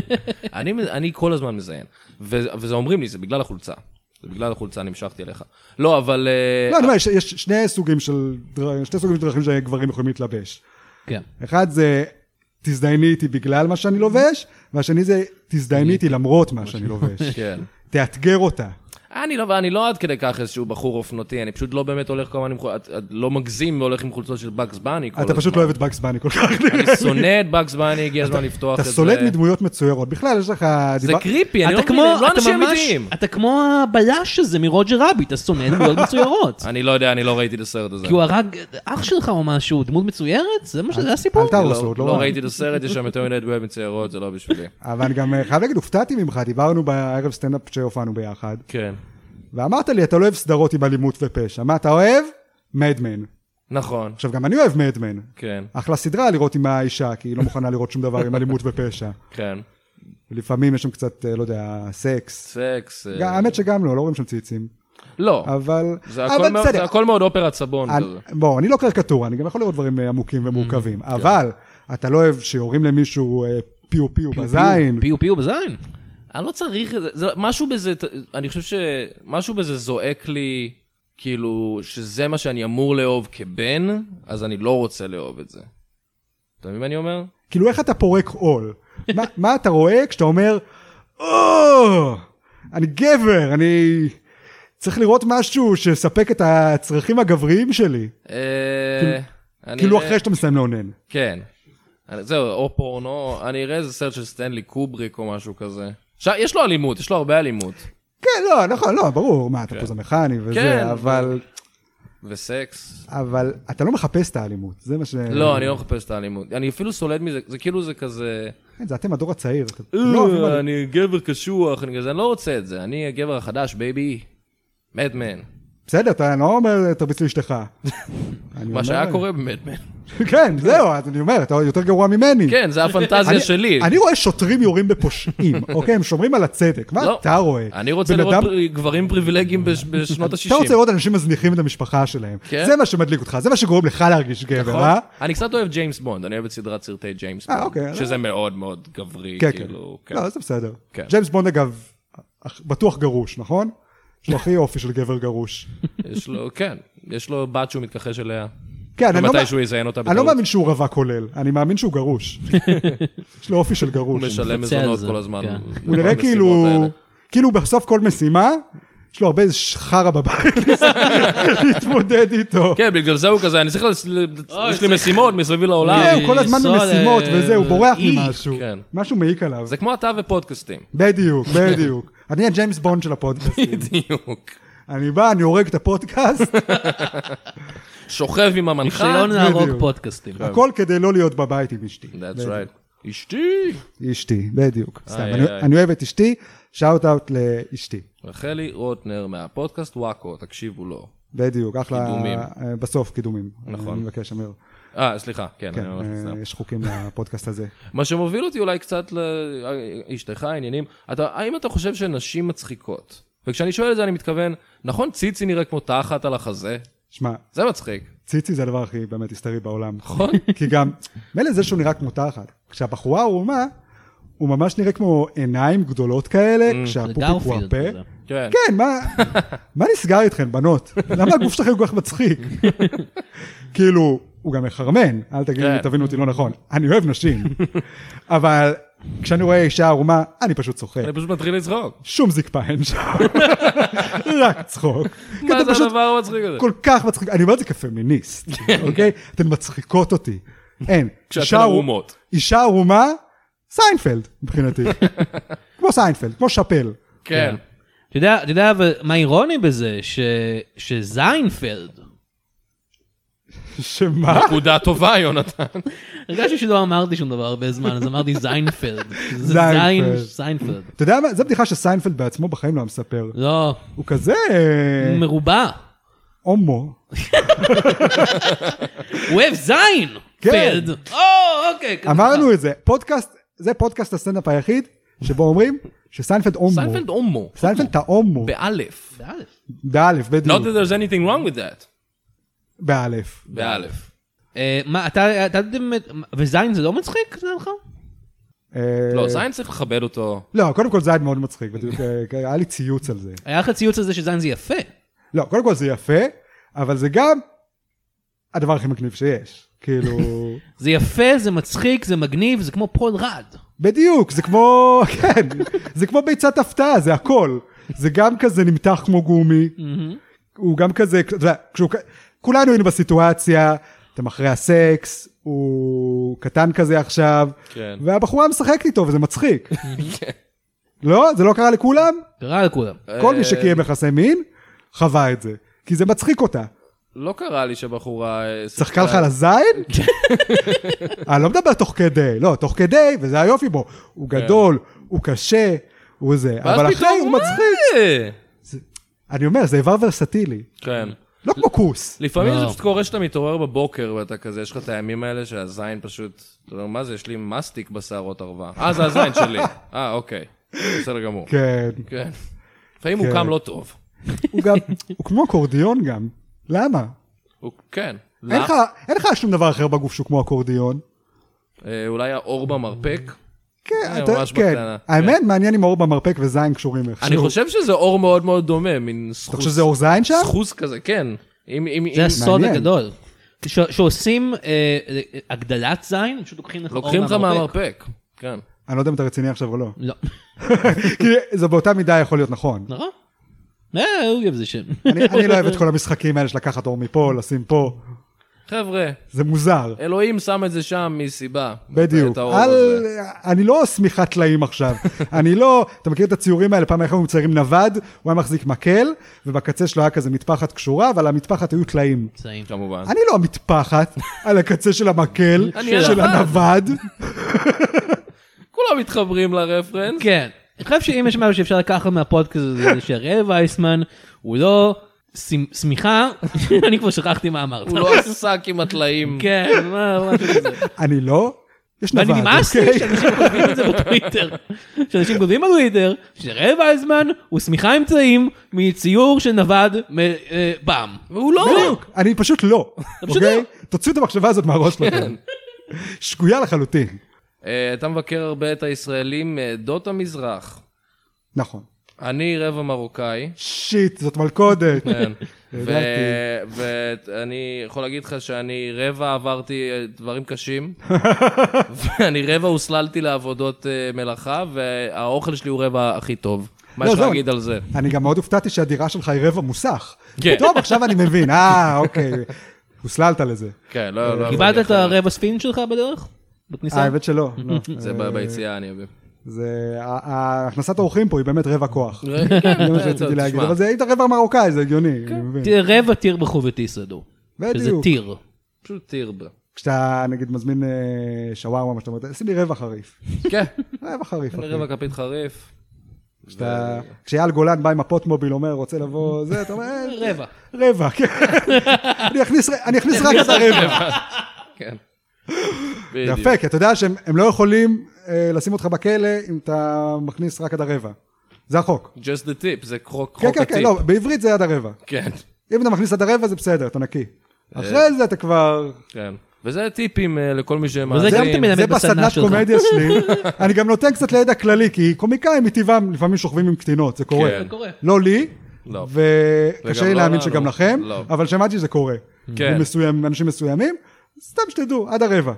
B: אני כל הזמן מזיין, וזה אומרים לי, זה בגלל החולצה. זה בגלל החולצה נמשכתי אליך. לא, אבל...
D: לא, אני אומר, יש שני סוגים של דרכים שגברים יכולים להתלבש.
C: כן.
D: אחד זה, תזדייני איתי בגלל מה שאני לובש, והשני זה, תזדייני איתי למרות מה שאני לובש.
B: כן.
D: תאתגר אותה.
B: אני לא, אני לא עד כדי כך איזשהו בחור אופנותי, אני פשוט לא באמת הולך כל הזמן עם חולצות, לא מגזים והולך עם חולצות של בקס בני כל הזמן.
D: אתה פשוט לא אוהב את בקס בני כל כך.
B: אני שונא את בקס בני, הגיע הזמן לפתוח את זה.
D: אתה סולד מדמויות מצוירות, בכלל יש לך...
B: זה קריפי, אני לא מבין, הם לא אנשים אמיתיים.
C: אתה כמו הבלש הזה מרוג'ר רביט, אתה שונא דמויות מצוירות.
B: אני לא יודע, אני לא ראיתי את הסרט הזה.
C: כי הוא הרג אח שלך או משהו, דמות מצוירת? זה מה שזה הסיפור?
B: לא ראיתי את הסרט, יש שם יותר מדי דמויות מצוירות, זה לא בשבילי.
D: אבל אני גם חייב להגיד, הופתעתי ממך, דיברנו בערב סטנדאפ שהופענו ביחד.
B: כן.
D: ואמרת לי, אתה לא אוהב סדרות עם אלימות ופשע. מה אתה אוהב? מדמן.
B: נכון.
D: עכשיו, גם אני אוהב מדמן.
B: כן.
D: אחלה סדרה לראות עם האישה, כי היא לא מוכנה לראות שום דבר עם אלימות ופשע.
B: כן.
D: ולפעמים יש שם קצת, לא יודע, סקס.
B: סקס.
D: האמת שגם לא, לא רואים שם ציצים.
B: לא.
D: אבל...
B: זה הכל מאוד אופרת סבון.
D: בוא, אני לא קריקטורה, אני גם יכול לראות דברים עמוקים ומורכבים. אבל, אתה לא אוהב שיורים למישהו פיו פיו בזין.
C: פיו פיו בזין?
B: אני לא צריך את זה, משהו בזה, אני חושב שמשהו בזה זועק לי, כאילו, שזה מה שאני אמור לאהוב כבן, אז אני לא רוצה לאהוב את זה. אתה מבין מה אני אומר?
D: כאילו, איך אתה פורק עול? מה אתה רואה כשאתה אומר, או, אני גבר, אני צריך לראות משהו שספק את הצרכים הגבריים שלי. כאילו, אחרי שאתה מסיים לעונן.
B: כן. זהו, או פורנו, אני אראה איזה סרט של סטנלי קובריק או משהו כזה. יש לו אלימות, יש לו הרבה אלימות.
D: כן, לא, נכון, לא, ברור, מה, אתה פה זה מכני וזה, אבל...
B: וסקס.
D: אבל אתה לא מחפש את האלימות, זה מה ש...
B: לא, אני לא מחפש את האלימות. אני אפילו סולד מזה, זה כאילו זה כזה...
D: זה אתם הדור הצעיר.
B: אני גבר קשוח, אני לא רוצה את זה, אני הגבר החדש, בייבי. מדמן.
D: בסדר, אתה לא אומר, תרביץ לאשתך.
B: מה שהיה קורה במדמן.
D: כן, זהו, אז אני אומר, אתה יותר גרוע ממני.
B: כן, זה הפנטזיה שלי.
D: אני רואה שוטרים יורים בפושעים, אוקיי? הם שומרים על הצדק. מה אתה רואה?
B: אני רוצה לראות גברים פריבילגיים בשנות ה-שישים.
D: אתה רוצה לראות אנשים מזניחים את המשפחה שלהם. זה מה שמדליק אותך, זה מה שגורם לך להרגיש גבר, אה?
B: אני קצת אוהב ג'יימס בונד, אני אוהב את סדרת סרטי ג'יימס בונד, שזה מאוד מאוד גברי, כאילו.
D: לא, זה בסדר. ג'יימס בונד, אגב, בטוח גרוש, נכון? יש לו הכי אופי של גבר גרוש.
B: יש לו, כן, יש לו בת שהוא מתכחש אליה.
D: כן, אני
B: לא
D: מאמין שהוא רווק כולל, אני מאמין שהוא גרוש. יש לו אופי של גרוש.
B: הוא משלם מזונות כל הזמן.
D: הוא נראה כאילו, כאילו בסוף כל משימה, יש לו הרבה חרא בבית להתמודד איתו.
B: כן, בגלל זה הוא כזה, אני צריך, יש לי משימות מסביב לעולם.
D: כן, הוא כל הזמן במשימות וזה, הוא בורח ממשהו. משהו מעיק עליו.
B: זה כמו אתה ופודקאסטים.
D: בדיוק, בדיוק. אני הג'יימס בונד של הפודקאסטים.
B: בדיוק.
D: אני בא, אני הורג את הפודקאסט.
B: שוכב עם המנחה.
C: שלא נהרוג פודקאסטים.
D: הכל כדי לא להיות בבית עם אשתי.
B: That's right. אשתי.
D: אשתי, בדיוק. אני אוהב את אשתי, שאוט אאוט לאשתי.
B: רחלי רוטנר מהפודקאסט וואקו, תקשיבו לו.
D: בדיוק, אחלה. בסוף קידומים.
B: נכון.
D: אני מבקש, אמיר.
B: אה, סליחה, כן.
D: כן, יש חוקים לפודקאסט הזה.
B: מה שמוביל אותי אולי קצת לאשתך, העניינים, האם אתה חושב שנשים מצחיקות? וכשאני שואל את זה, אני מתכוון, נכון, ציצי נראה כמו תחת על החזה?
D: שמע,
B: זה מצחיק.
D: ציצי זה הדבר הכי באמת היסטרי בעולם.
B: נכון.
D: כי גם, מילא זה שהוא נראה כמו תחת. כשהבחורה ערומה, הוא ממש נראה כמו עיניים גדולות כאלה, כשהפופיק הוא הפה.
B: כן.
D: כן, מה נסגר איתכן, בנות? למה הגוף שלכם כל כך מצחיק? כאילו, הוא גם מחרמן, אל תגידו, תבינו אותי לא נכון. אני אוהב נשים. אבל כשאני רואה אישה ערומה, אני פשוט צוחק.
B: אני פשוט מתחיל לצחוק.
D: שום זקפה אין שם. רק צחוק.
B: מה זה הדבר המצחיק הזה?
D: כל כך מצחיק. אני אומר את זה כפמיניסט, אוקיי? אתן מצחיקות אותי. אין.
B: כשאתן ערומות.
D: אישה ערומה, סיינפלד, מבחינתי. כמו סיינפלד, כמו שפל.
B: כן.
C: אתה יודע, אתה יודע, מה אירוני בזה? שזיינפלד,
D: שמה?
B: נקודה טובה, יונתן.
C: הרגשתי שלא אמרתי שום דבר הרבה זמן, אז אמרתי זיינפלד.
D: זיינפלד.
C: זיינפלד.
D: אתה יודע מה? זו בדיחה שסיינפלד בעצמו בחיים לא מספר.
C: לא.
D: הוא כזה...
C: מרובע.
D: הומו.
C: הוא אוהב זין.
D: כן.
C: או, אוקיי.
D: אמרנו את זה. פודקאסט, זה פודקאסט הסטנדאפ היחיד, שבו אומרים שסיינפלד הומו.
B: סיינפלד הומו.
D: סיינפלד אתה הומו.
B: באלף.
C: באלף.
D: באלף, בדיוק.
B: Not that there's anything wrong with that.
D: באלף.
B: באלף.
C: מה, אתה, אתה באמת, וזין זה לא מצחיק, זה לך?
B: לא, זין צריך לכבד אותו.
D: לא, קודם כל זין מאוד מצחיק, בדיוק, היה לי ציוץ על זה.
C: היה לך ציוץ על זה שזין זה יפה.
D: לא, קודם כל זה יפה, אבל זה גם הדבר הכי מגניב שיש. כאילו...
C: זה יפה, זה מצחיק, זה מגניב, זה כמו פול רד.
D: בדיוק, זה כמו, כן, זה כמו ביצת הפתעה, זה הכל. זה גם כזה נמתח כמו גומי, הוא גם כזה, אתה יודע, כשהוא... כולנו היינו בסיטואציה, אתם אחרי הסקס, הוא קטן כזה עכשיו,
B: כן.
D: והבחורה משחקת איתו, וזה מצחיק. לא? זה לא קרה לכולם?
C: קרה לכולם.
D: כל מי שקיים יחסי מין, חווה את זה. כי זה מצחיק אותה.
B: לא קרה לי שבחורה...
D: צחקה לך על הזין? אני לא מדבר תוך כדי, לא, תוך כדי, וזה היופי בו. הוא גדול, הוא קשה, הוא זה. אבל אחרי הוא מצחיק. אני אומר, זה איבר ורסטילי.
B: כן.
D: לא כמו כוס.
B: לפעמים זה פשוט קורה שאתה מתעורר בבוקר ואתה כזה, יש לך את הימים האלה שהזין פשוט, אתה יודע מה זה, יש לי מסטיק בשערות ערווה. אה, זה הזין שלי. אה, אוקיי. בסדר גמור.
D: כן.
B: כן. לפעמים הוא קם לא טוב.
D: הוא גם, הוא כמו אקורדיון גם. למה?
B: הוא, כן.
D: אין לך, אין לך שום דבר אחר בגוף שהוא כמו אקורדיון.
B: אולי האור במרפק?
D: כן, כן. האמת, מעניין אם האור במרפק וזין קשורים איכשהו.
B: אני חושב שזה אור מאוד מאוד דומה, מין סחוס.
D: אתה חושב שזה אור זין שם?
B: סחוס כזה, כן.
C: זה הסוד הגדול. שעושים הגדלת זין, פשוט לוקחים לך אור מהמרפק.
B: לוקחים לך מהמרפק, כן.
D: אני לא יודע אם אתה רציני עכשיו או לא.
C: לא.
D: כי זה באותה מידה יכול להיות נכון.
C: נכון. אה, הוא יב זה שם.
D: אני לא אוהב את כל המשחקים האלה של לקחת אור מפה, לשים פה.
B: חבר'ה.
D: זה מוזר.
B: אלוהים שם את זה שם מסיבה.
D: בדיוק. אני לא סמיכת טלאים עכשיו. אני לא, אתה מכיר את הציורים האלה, פעם אנחנו מציירים נווד, הוא היה מחזיק מקל, ובקצה שלו היה כזה מטפחת קשורה, אבל המטפחת היו טלאים.
C: צעים.
B: כמובן.
D: אני לא המטפחת על הקצה של המקל, של הנווד.
B: כולם מתחברים לרפרנס.
C: כן. אני חושב שאם יש משהו שאפשר לקחת מהפודקאסט הזה, זה שהראל וייסמן, הוא לא סמיכה, אני כבר שכחתי מה אמרת.
B: הוא לא עסק עם הטלאים.
C: כן, משהו כזה.
D: אני לא? יש נווד,
C: ואני נמאס לי שאנשים כותבים את זה בטוויטר. שאנשים כותבים בטוויטר, שהראל וייסמן הוא סמיכה עם צעים מציור של נווד פעם. והוא לא.
D: בדיוק, אני פשוט לא. אוקיי? תוציאו את המחשבה הזאת מהראש שלכם. שגויה לחלוטין.
B: אתה מבקר הרבה את הישראלים מעדות המזרח.
D: נכון.
B: אני רבע מרוקאי.
D: שיט, זאת מלכודת.
B: כן. ואני יכול להגיד לך שאני רבע עברתי דברים קשים, ואני רבע הוסללתי לעבודות מלאכה, והאוכל שלי הוא רבע הכי טוב. מה יש להגיד על זה?
D: אני גם מאוד הופתעתי שהדירה שלך היא רבע מוסך. טוב, עכשיו אני מבין. אה, אוקיי. הוסללת לזה.
B: כן, לא, לא.
C: קיבלת את הרבע ספין שלך בדרך? בכניסה?
D: האמת שלא.
B: זה ביציאה, אני אביא.
D: זה, הכנסת האורחים פה היא באמת רבע כוח.
B: כן,
D: זה מה שרציתי להגיד, אבל זה היית רבע מרוקאי, זה הגיוני, אני מבין.
C: רבע טיר בחובתי סדור.
D: בדיוק.
C: שזה טיר.
B: פשוט טיר בה.
D: כשאתה נגיד מזמין שווארמה, מה שאתה אומר, שים לי רבע חריף.
B: כן.
D: רבע חריף.
B: אני רבע כפית חריף.
D: כשאייל גולן בא עם הפוטמוביל, אומר, רוצה לבוא, זה, אתה אומר,
C: רבע.
D: רבע, כן. אני אכניס רק את הרבע.
B: כן.
D: יפה, כי אתה יודע שהם לא יכולים לשים אותך בכלא אם אתה מכניס רק עד הרבע. זה החוק.
B: Just the tip, זה חוק
D: הטיפ.
B: כן,
D: כן, כן, לא, בעברית זה עד הרבע.
B: כן.
D: אם אתה מכניס עד הרבע זה בסדר, אתה נקי. אחרי זה אתה כבר...
B: כן. וזה טיפים לכל מי שמאזין.
C: וזה גם אתה מלמד בסדנה שלך.
D: קומדיה שלי. אני גם נותן קצת לידע כללי, כי קומיקאים מטבעם לפעמים שוכבים עם קטינות, זה קורה. לא לי, וקשה לי להאמין שגם לכם, אבל שמעתי שזה קורה. אנשים מסוימים, סתם שתדעו, עד הרבע.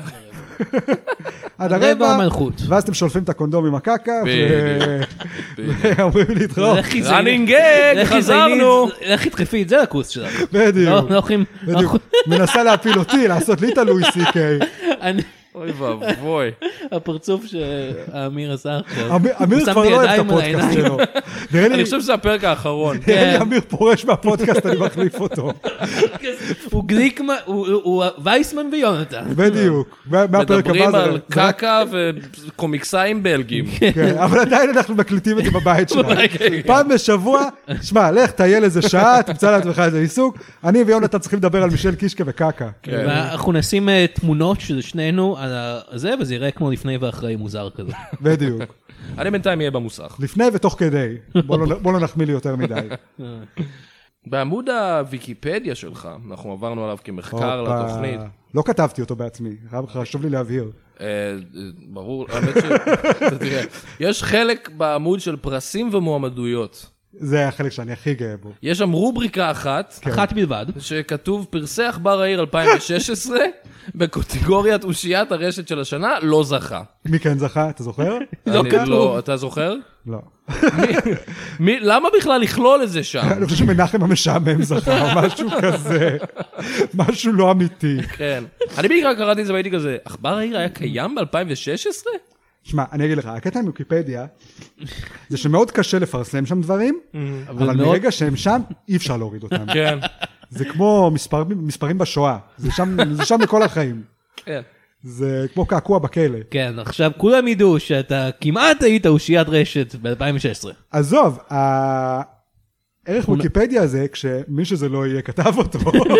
D: עד הרבע, ואז אתם שולפים את הקונדום עם הקקה, ואומרים להתראות.
B: running gag, חזרנו.
C: לכי תחפי את זה לכוס שלך.
D: בדיוק. מנסה להפיל אותי, לעשות לי את הלואי סי קיי.
B: אוי ואבוי.
C: הפרצוף שאמיר עשה עכשיו.
D: אמיר כבר לא אוהב את הפודקאסט שלו.
B: אני חושב שזה הפרק האחרון.
D: נראה לי אמיר פורש מהפודקאסט, אני מחליף אותו.
C: הוא גליקמן, הוא וייסמן ויונתן.
D: בדיוק.
B: מדברים על קקה וקומיקסאים בלגים.
D: כן, אבל עדיין אנחנו מקליטים את זה בבית שלנו. פעם בשבוע, שמע, לך תייל איזה שעה, תמצא לעצמך איזה עיסוק. אני ויונתן צריכים לדבר על מישל קישקה וקקה.
C: אנחנו נשים תמונות שזה שנינו על זה, וזה יראה כמו לפני ואחרי מוזר כזה.
D: בדיוק.
B: אני בינתיים אהיה במוסך.
D: לפני ותוך כדי. בוא לא נחמיא לי יותר מדי.
B: בעמוד הוויקיפדיה שלך, אנחנו עברנו עליו כמחקר לתוכנית.
D: לא כתבתי אותו בעצמי, חשוב לי להבהיר.
B: ברור, האמת ש... תראה, יש חלק בעמוד של פרסים ומועמדויות.
D: זה החלק שאני הכי גאה בו.
B: יש שם רובריקה אחת,
C: אחת בלבד,
B: שכתוב פרסי עכבר העיר אלפיים ושש עשרה, בקטגוריית אושיית הרשת של השנה, לא זכה.
D: מי כן זכה? אתה זוכר?
C: לא כתוב.
B: אתה זוכר?
D: לא.
B: למה בכלל לכלול את זה שם?
D: אני חושב שמנחם המשעמם זכה, או משהו כזה. משהו לא אמיתי.
B: כן. אני בעיקר קראתי את זה והייתי כזה, עכבר העיר היה קיים ב-אלפיים ושש עשרה?
D: שמע, אני אגיד לך, הקטע עם ויקיפדיה, זה שמאוד קשה לפרסם שם דברים, אבל מרגע שהם שם, אי אפשר להוריד אותם.
B: כן.
D: זה כמו מספרים בשואה, זה שם לכל החיים.
B: כן.
D: זה כמו קעקוע בכלא.
C: כן, עכשיו כולם ידעו שאתה כמעט היית אושיית רשת ב-אלפיים ושש עשרה.
D: עזוב, הערך ויקיפדיה הזה, כשמי שזה לא יהיה כתב אותו.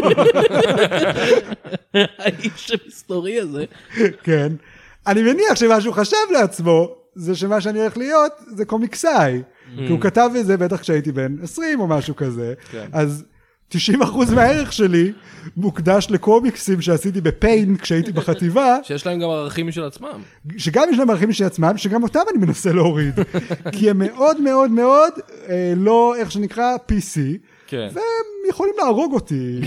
C: האיש המסתורי הזה.
D: כן. אני מניח שמשהו חשב לעצמו, זה שמה שאני הולך להיות, זה קומיקסאי. כי הוא כתב את זה בטח כשהייתי בן עשרים או משהו כזה. אז תשעים אחוז מהערך שלי מוקדש לקומיקסים שעשיתי בפיין כשהייתי בחטיבה.
B: שיש להם גם ערכים משל עצמם.
D: שגם יש להם ערכים משל עצמם, שגם אותם אני מנסה להוריד. כי הם מאוד מאוד מאוד לא, איך שנקרא, פי סי. והם יכולים להרוג אותי.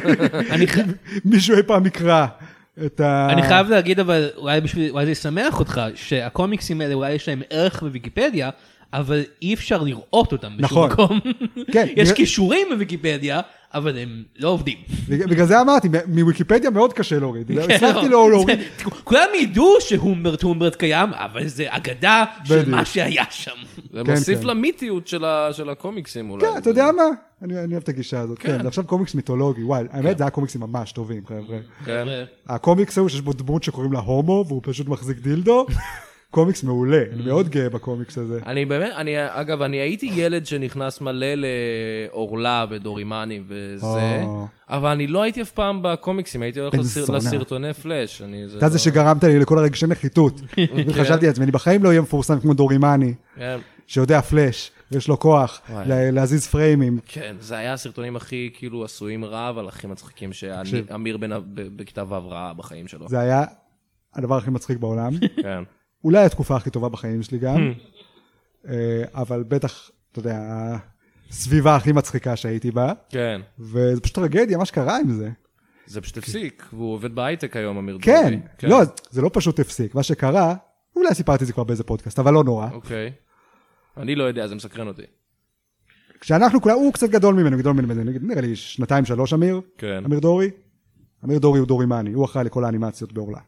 D: מישהו אי פעם יקרא.
C: אני חייב להגיד, אבל אולי בשביל, אולי זה ישמח אותך, שהקומיקסים האלה אולי יש להם ערך בוויקיפדיה, אבל אי אפשר לראות אותם בשום מקום. יש קישורים בוויקיפדיה, אבל הם לא עובדים.
D: בגלל זה אמרתי, מוויקיפדיה מאוד קשה להוריד. הצלחתי לא להוריד.
C: כולם ידעו שהומברט הומברט קיים, אבל זה אגדה של מה שהיה שם.
B: זה מוסיף למיתיות של הקומיקסים אולי.
D: כן, אתה יודע מה? אני אוהב את הגישה הזאת. כן, זה עכשיו קומיקס מיתולוגי. וואי, האמת, זה היה קומיקסים ממש טובים, חבר'ה. הקומיקס הוא שיש בו דמות שקוראים לה הומו, והוא פשוט מחזיק דילדו. קומיקס מעולה, אני מאוד גאה בקומיקס הזה.
B: אני באמת, אני, אגב, אני הייתי ילד שנכנס מלא לאורלה ודורימני וזה, אבל אני לא הייתי אף פעם בקומיקסים, הייתי הולך לסרטוני פלאש.
D: אתה זה שגרמת לי לכל הרגשי נחיתות. חשבתי לעצמי, אני בחיים לא אהיה מפורסם כמו דורימני, שיודע פלאש, ויש לו כוח להזיז פריימים.
B: כן, זה היה הסרטונים הכי כאילו עשויים רע, אבל הכי מצחיקים שאמיר בכתב ו' ראה בחיים שלו.
D: זה היה הדבר הכי מצחיק בעולם.
B: כן.
D: אולי התקופה הכי טובה בחיים שלי גם, אבל בטח, אתה יודע, הסביבה הכי מצחיקה שהייתי בה.
B: כן.
D: וזה פשוט טרגדיה, מה שקרה עם זה.
B: זה פשוט הפסיק, והוא עובד בהייטק היום, אמיר דורי.
D: כן, לא, זה לא פשוט הפסיק. מה שקרה, אולי סיפרתי את זה כבר באיזה פודקאסט, אבל לא נורא.
B: אוקיי. אני לא יודע, זה מסקרן אותי.
D: כשאנחנו כולה, הוא קצת גדול ממנו, גדול ממנו, נראה לי שנתיים, שלוש אמיר.
B: כן.
D: אמיר דורי. אמיר דורי הוא דורימני, הוא אחראי לכל האנימציות באורלה.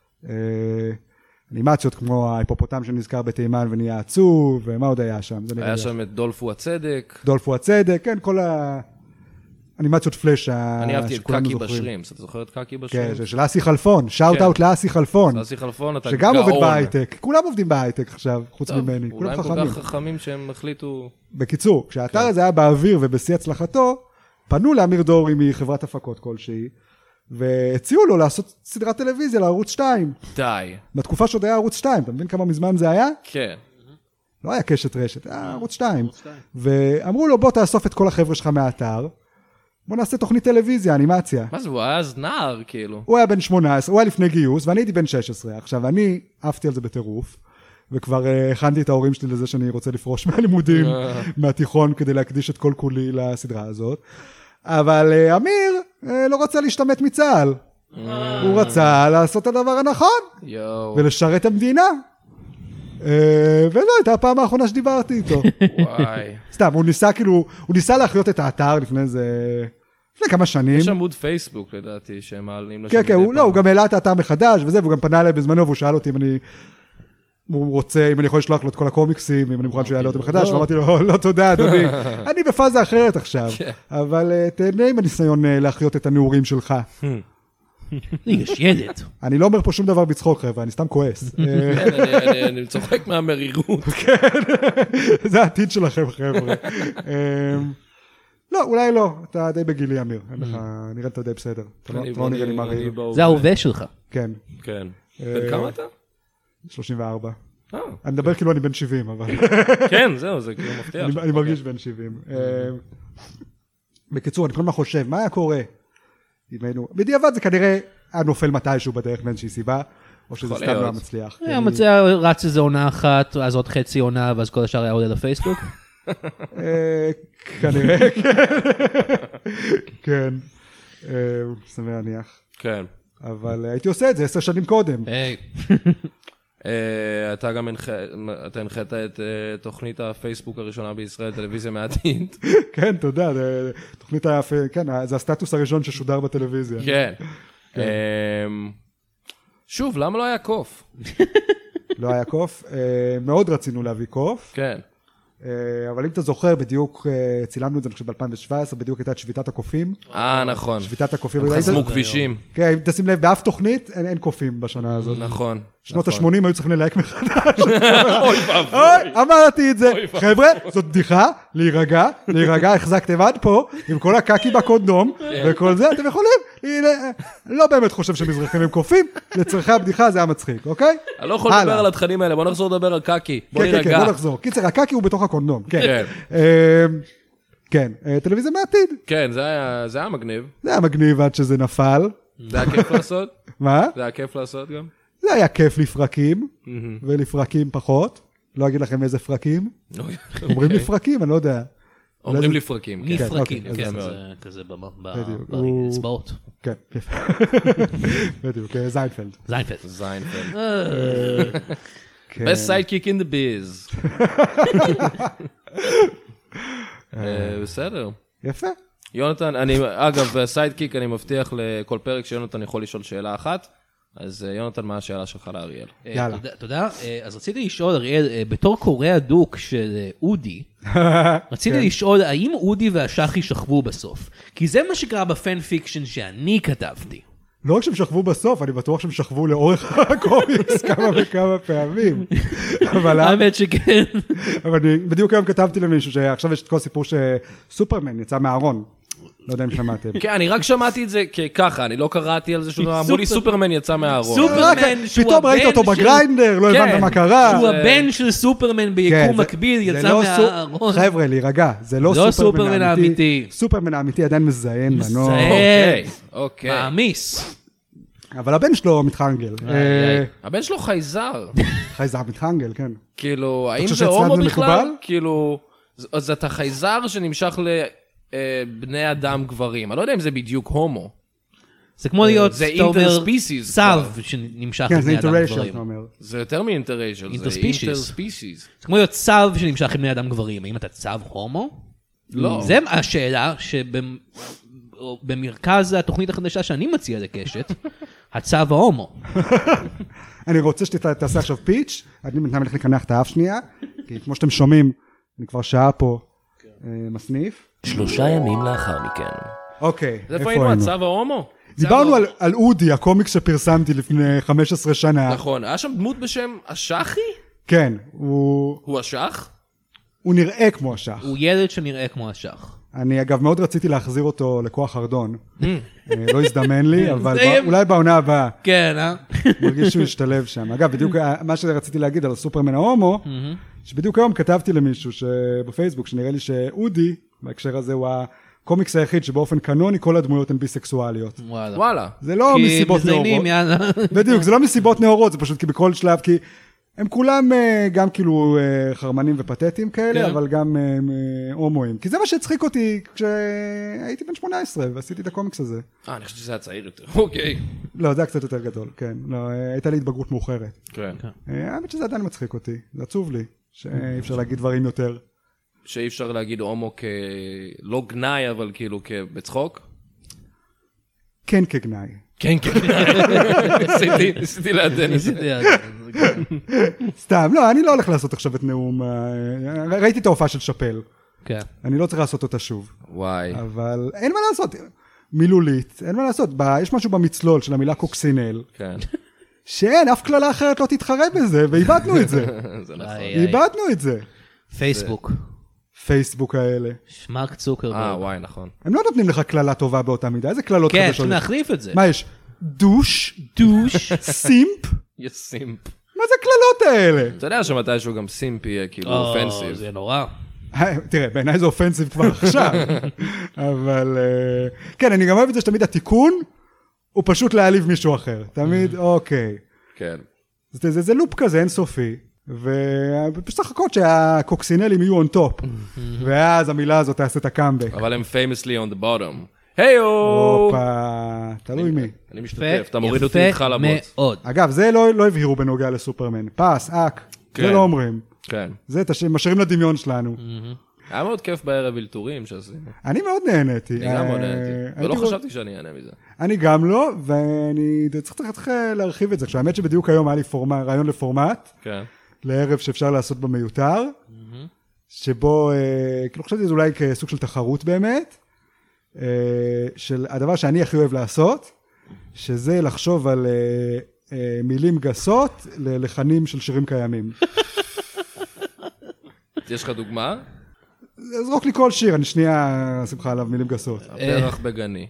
D: אנימציות כמו ההיפופוטם שנזכר בתימן ונהיה עצוב, ומה עוד היה שם?
B: היה שם את דולפו הצדק.
D: דולפו הצדק, כן, כל האנימציות פלאש
B: אני אהבתי את קאקי בשרימס, אתה זוכר את קאקי בשרימס?
D: כן, של אסי חלפון, שאוט אאוט לאסי חלפון.
B: אסי חלפון, אתה גאון.
D: שגם עובד בהייטק, כולם עובדים בהייטק עכשיו, חוץ ממני,
B: כולם חכמים. אולי הם כל כך חכמים שהם החליטו...
D: בקיצור, כשהאתר הזה היה באוויר ובשיא הצלחתו, פנו לאמיר דורי מחברת הפקות כלשהי, והציעו לו לעשות סדרת טלוויזיה לערוץ שתיים.
B: די.
D: בתקופה שעוד היה ערוץ שתיים, אתה מבין כמה מזמן זה היה?
B: כן.
D: לא היה קשת רשת, היה ערוץ שתיים. ואמרו לו, בוא תאסוף את כל החבר'ה שלך מהאתר, בוא נעשה תוכנית טלוויזיה, אנימציה.
B: מה זה, הוא היה אז נער, כאילו.
D: הוא היה בן שמונה עשרה, הוא היה לפני גיוס, ואני הייתי בן שש עשרה. עכשיו, אני עפתי על זה בטירוף, וכבר הכנתי את ההורים שלי לזה שאני רוצה לפרוש מהלימודים, מהתיכון, כדי להקדיש את כל כולי לסדרה הזאת. אבל אמיר לא רצה להשתמט מצה"ל. הוא רצה לעשות את הדבר הנכון, ולשרת את המדינה. וזו הייתה הפעם האחרונה שדיברתי איתו.
B: וואי.
D: סתם, הוא ניסה כאילו, הוא ניסה להחיות את האתר לפני זה, לפני כמה שנים.
B: יש עמוד פייסבוק לדעתי, שהם מעלים
D: כן, כן, הוא גם העלה את האתר מחדש וזה, והוא גם פנה אליי בזמנו, והוא שאל אותי אם אני, הוא רוצה, אם אני יכול לשלוח לו את כל הקומיקסים, אם אני מוכן שהוא יעלה אותם מחדש, ואמרתי לו, לא תודה, אדוני, אני בפאזה אחרת עכשיו, אבל תהנה עם הניסיון להחיות את הנעורים שלך.
C: יש ילד.
D: אני לא אומר פה שום דבר בצחוק, חבר'ה, אני סתם כועס.
B: אני מצוחק מהמרירות.
D: זה העתיד שלכם, חבר'ה. לא, אולי לא, אתה די בגילי, אמיר. נראה אתה די בסדר. אתה לא נראה לי מראה.
C: זה ההווה שלך.
D: כן.
B: כן. בן כמה אתה?
D: שלושים וארבע. אני מדבר כאילו אני בן שבעים, אבל...
B: כן, זהו, זה כאילו מפתיע.
D: אני מרגיש בן שבעים. בקיצור, אני כל מה חושב, מה היה קורה? בדיעבד זה כנראה היה נופל מתישהו בדרך מאיזושהי סיבה, או שזה סתם לא מצליח.
C: המצליח רץ איזה עונה אחת, אז עוד חצי עונה, ואז כל השאר היה עולה לפייסבוק?
D: כנראה, כן. כן. סמי להניח.
B: כן.
D: אבל הייתי עושה את זה עשר שנים קודם.
C: היי.
B: אתה גם הנחית את תוכנית הפייסבוק הראשונה בישראל, טלוויזיה מהעתיד.
D: כן, תודה. תוכנית, כן, זה הסטטוס הראשון ששודר בטלוויזיה.
B: כן. שוב, למה לא היה קוף?
D: לא היה קוף. מאוד רצינו להביא קוף.
B: כן.
D: אבל אם אתה זוכר, בדיוק צילמנו את זה, אני חושב ב-אלפיים שבע עשרה, בדיוק הייתה את שביתת הקופים.
B: אה, נכון.
D: שביתת הקופים.
B: הם חסמו כבישים.
D: כן, אם תשים לב, באף תוכנית אין קופים בשנה הזאת.
B: נכון.
D: שנות ה-שמונים היו צריכים ללהק מחדש. אוי, אמרתי את זה. חבר'ה, זאת בדיחה, להירגע, להירגע, החזקתם עד פה, עם כל הקקי בקונדום, וכל זה, אתם יכולים, לא באמת חושב שמזרחים הם קופים, לצרכי הבדיחה זה היה מצחיק, אוקיי?
B: אני לא יכול לדבר על התכנים האלה, בוא נחזור לדבר על קקי, בוא
D: נירגע. כן, כן, בוא נחזור. קיצר, הקקי הוא בתוך הקונדום, כן. כן, טלוויזיה מעתיד.
B: כן, זה היה מגניב.
D: זה היה מגניב עד שזה נפל.
B: זה היה כיף לעשות?
D: מה?
B: זה היה כיף לעשות גם?
D: זה היה כיף לפרקים, ולפרקים פחות. לא אגיד לכם איזה פרקים. אומרים לפרקים, אני לא יודע.
B: אומרים לפרקים.
C: לפרקים, כן, כזה באצבעות.
D: כן, בדיוק, זיינפלד.
C: זיינפלד.
B: זיינפלד. Best sidekick in the biz. בסדר.
D: יפה.
B: יונתן, אני, אגב, סיידקיק, אני מבטיח לכל פרק שיונתן יכול לשאול שאלה אחת. אז יונתן, מה השאלה שלך לאריאל?
D: יאללה.
C: תודה. אז רציתי לשאול, אריאל, בתור קורא הדוק של אודי, רציתי לשאול, האם אודי והשחי שכבו בסוף? כי זה מה שקרה בפן פיקשן שאני כתבתי.
D: לא רק שהם שכבו בסוף, אני בטוח שהם שכבו לאורך הקומיקס כמה וכמה פעמים.
C: האמת שכן.
D: אבל אני בדיוק היום כתבתי למישהו שעכשיו יש את כל סיפור שסופרמן יצא מהארון. לא יודע אם שמעתם.
B: כן, אני רק שמעתי את זה ככה, אני לא קראתי על זה שהוא אמרו לי סופרמן יצא מהארון.
C: סופרמן שהוא
D: פתאום ראית אותו בגריינדר, לא הבנת מה קרה.
C: שהוא הבן של סופרמן ביקום מקביל יצא מהארון.
D: חבר'ה, להירגע, זה לא סופרמן האמיתי. סופרמן האמיתי עדיין מזיין בנו.
C: מזיין.
B: אוקיי.
C: מעמיס.
D: אבל הבן שלו מתחנגל.
B: הבן שלו חייזר.
D: חייזר מתחנגל, כן.
B: כאילו, האם זה הומו בכלל? כאילו, אז אתה חייזר שנמשך ל... בני אדם גברים. אני לא יודע אם זה בדיוק הומו.
C: זה כמו להיות,
B: זה אינטרספיסיס.
C: סב שנמשך לבני אדם גברים.
B: זה יותר מאינטריישל, זה אינטרספיסיס.
C: זה כמו להיות סב שנמשך לבני אדם גברים. האם אתה סב הומו?
B: לא.
C: זה השאלה שבמרכז התוכנית החדשה שאני מציע לקשת, הצב ההומו.
D: אני רוצה שתעשה עכשיו פיץ', אני בינתיים הולך לקנח את האף שנייה, כי כמו שאתם שומעים, אני כבר שעה פה מסניף.
B: שלושה ימים לאחר מכן.
D: אוקיי,
B: איפה היינו? הצו ההומו?
D: דיברנו על אודי, הקומיקס שפרסמתי לפני חמש עשרה שנה.
B: נכון, היה שם דמות בשם השחי?
D: כן, הוא...
B: הוא השח?
D: הוא נראה כמו השח.
C: הוא ילד שנראה כמו השח.
D: אני אגב מאוד רציתי להחזיר אותו לכוח ארדון. לא הזדמן לי, אבל אולי בעונה הבאה.
C: כן, אה?
D: מרגיש שהוא ישתלב שם. אגב, בדיוק מה שרציתי להגיד על הסופרמן ההומו, שבדיוק היום כתבתי למישהו בפייסבוק, שנראה לי שאודי, בהקשר הזה, הוא הקומיקס היחיד שבאופן קנוני כל הדמויות הן ביסקסואליות.
B: וואלה.
D: זה לא מסיבות נאורות. בדיוק, זה לא מסיבות נאורות, זה פשוט כי בכל שלב, כי הם כולם גם כאילו חרמנים ופתטיים כאלה, אבל גם הומואים. כי זה מה שהצחיק אותי כשהייתי בן שמונה עשרה ועשיתי את הקומיקס הזה.
B: אה, אני חושב שזה היה צעיר יותר. אוקיי.
D: לא, זה היה קצת יותר גדול, כן. לא, הייתה לי התבגרות מאוחרת.
B: כן.
D: האמת שזה עדיין מצחיק אותי. זה עצוב לי, שאי אפשר להגיד דברים יותר.
B: שאי אפשר להגיד הומו כלא גנאי, אבל כאילו כבצחוק?
D: כן כגנאי.
B: כן, כן. ניסיתי לעדן את זה.
D: סתם, לא, אני לא הולך לעשות עכשיו את נאום. ראיתי את ההופעה של שפל.
C: כן.
D: אני לא צריך לעשות אותה שוב.
B: וואי.
D: אבל אין מה לעשות. מילולית, אין מה לעשות. יש משהו במצלול של המילה קוקסינל.
B: כן.
D: שאין, אף כללה אחרת לא תתחרה בזה, ואיבדנו את זה.
B: זה נכון.
D: איבדנו את זה.
C: פייסבוק.
D: פייסבוק האלה.
C: שמרק צוקרברג.
B: אה, וואי, נכון.
D: הם לא נותנים לך כללה טובה באותה מידה, איזה כללות
C: כן,
D: חדשות?
C: צריכים להחליף את זה.
D: מה יש? דוש?
C: דוש?
D: סימפ?
B: יש סימפ.
D: מה זה הכללות האלה?
B: אתה יודע שמתישהו גם סימפ יהיה כאילו אופנסיב.
C: זה נורא.
D: תראה, בעיניי זה אופנסיב כבר עכשיו. אבל כן, אני גם אוהב את זה שתמיד התיקון הוא פשוט להעליב מישהו אחר. תמיד, אוקיי.
B: כן.
D: זה לופ כזה אינסופי. ופשוט לחכות שהקוקסינלים יהיו on top. ואז המילה הזאת תעשה את הקאמבק.
B: אבל הם famously on the bottom. היי
D: הופה, תלוי מי.
B: אני משתתף, אתה מוריד אותי איתך לבוץ.
C: מאוד.
D: אגב, זה לא הבהירו בנוגע לסופרמן. פס, אק, זה לא אומרים.
B: כן.
D: זה משאירים לדמיון שלנו.
B: היה מאוד כיף בערב אלתורים שעשינו.
D: אני מאוד נהניתי.
B: אני גם מאוד נהניתי. ולא חשבתי שאני אהנה מזה.
D: אני גם לא, ואני צריך להרחיב את זה. האמת שבדיוק היום היה לי רעיון לפורמט.
B: כן.
D: לערב שאפשר לעשות במיותר, שבו, כאילו חשבתי זה אולי כסוג של תחרות באמת, של הדבר שאני הכי אוהב לעשות, שזה לחשוב על מילים גסות ללחנים של שירים קיימים.
B: יש לך דוגמה?
D: זרוק לי כל שיר, אני שנייה אשים עליו מילים גסות.
B: הפרח בגני.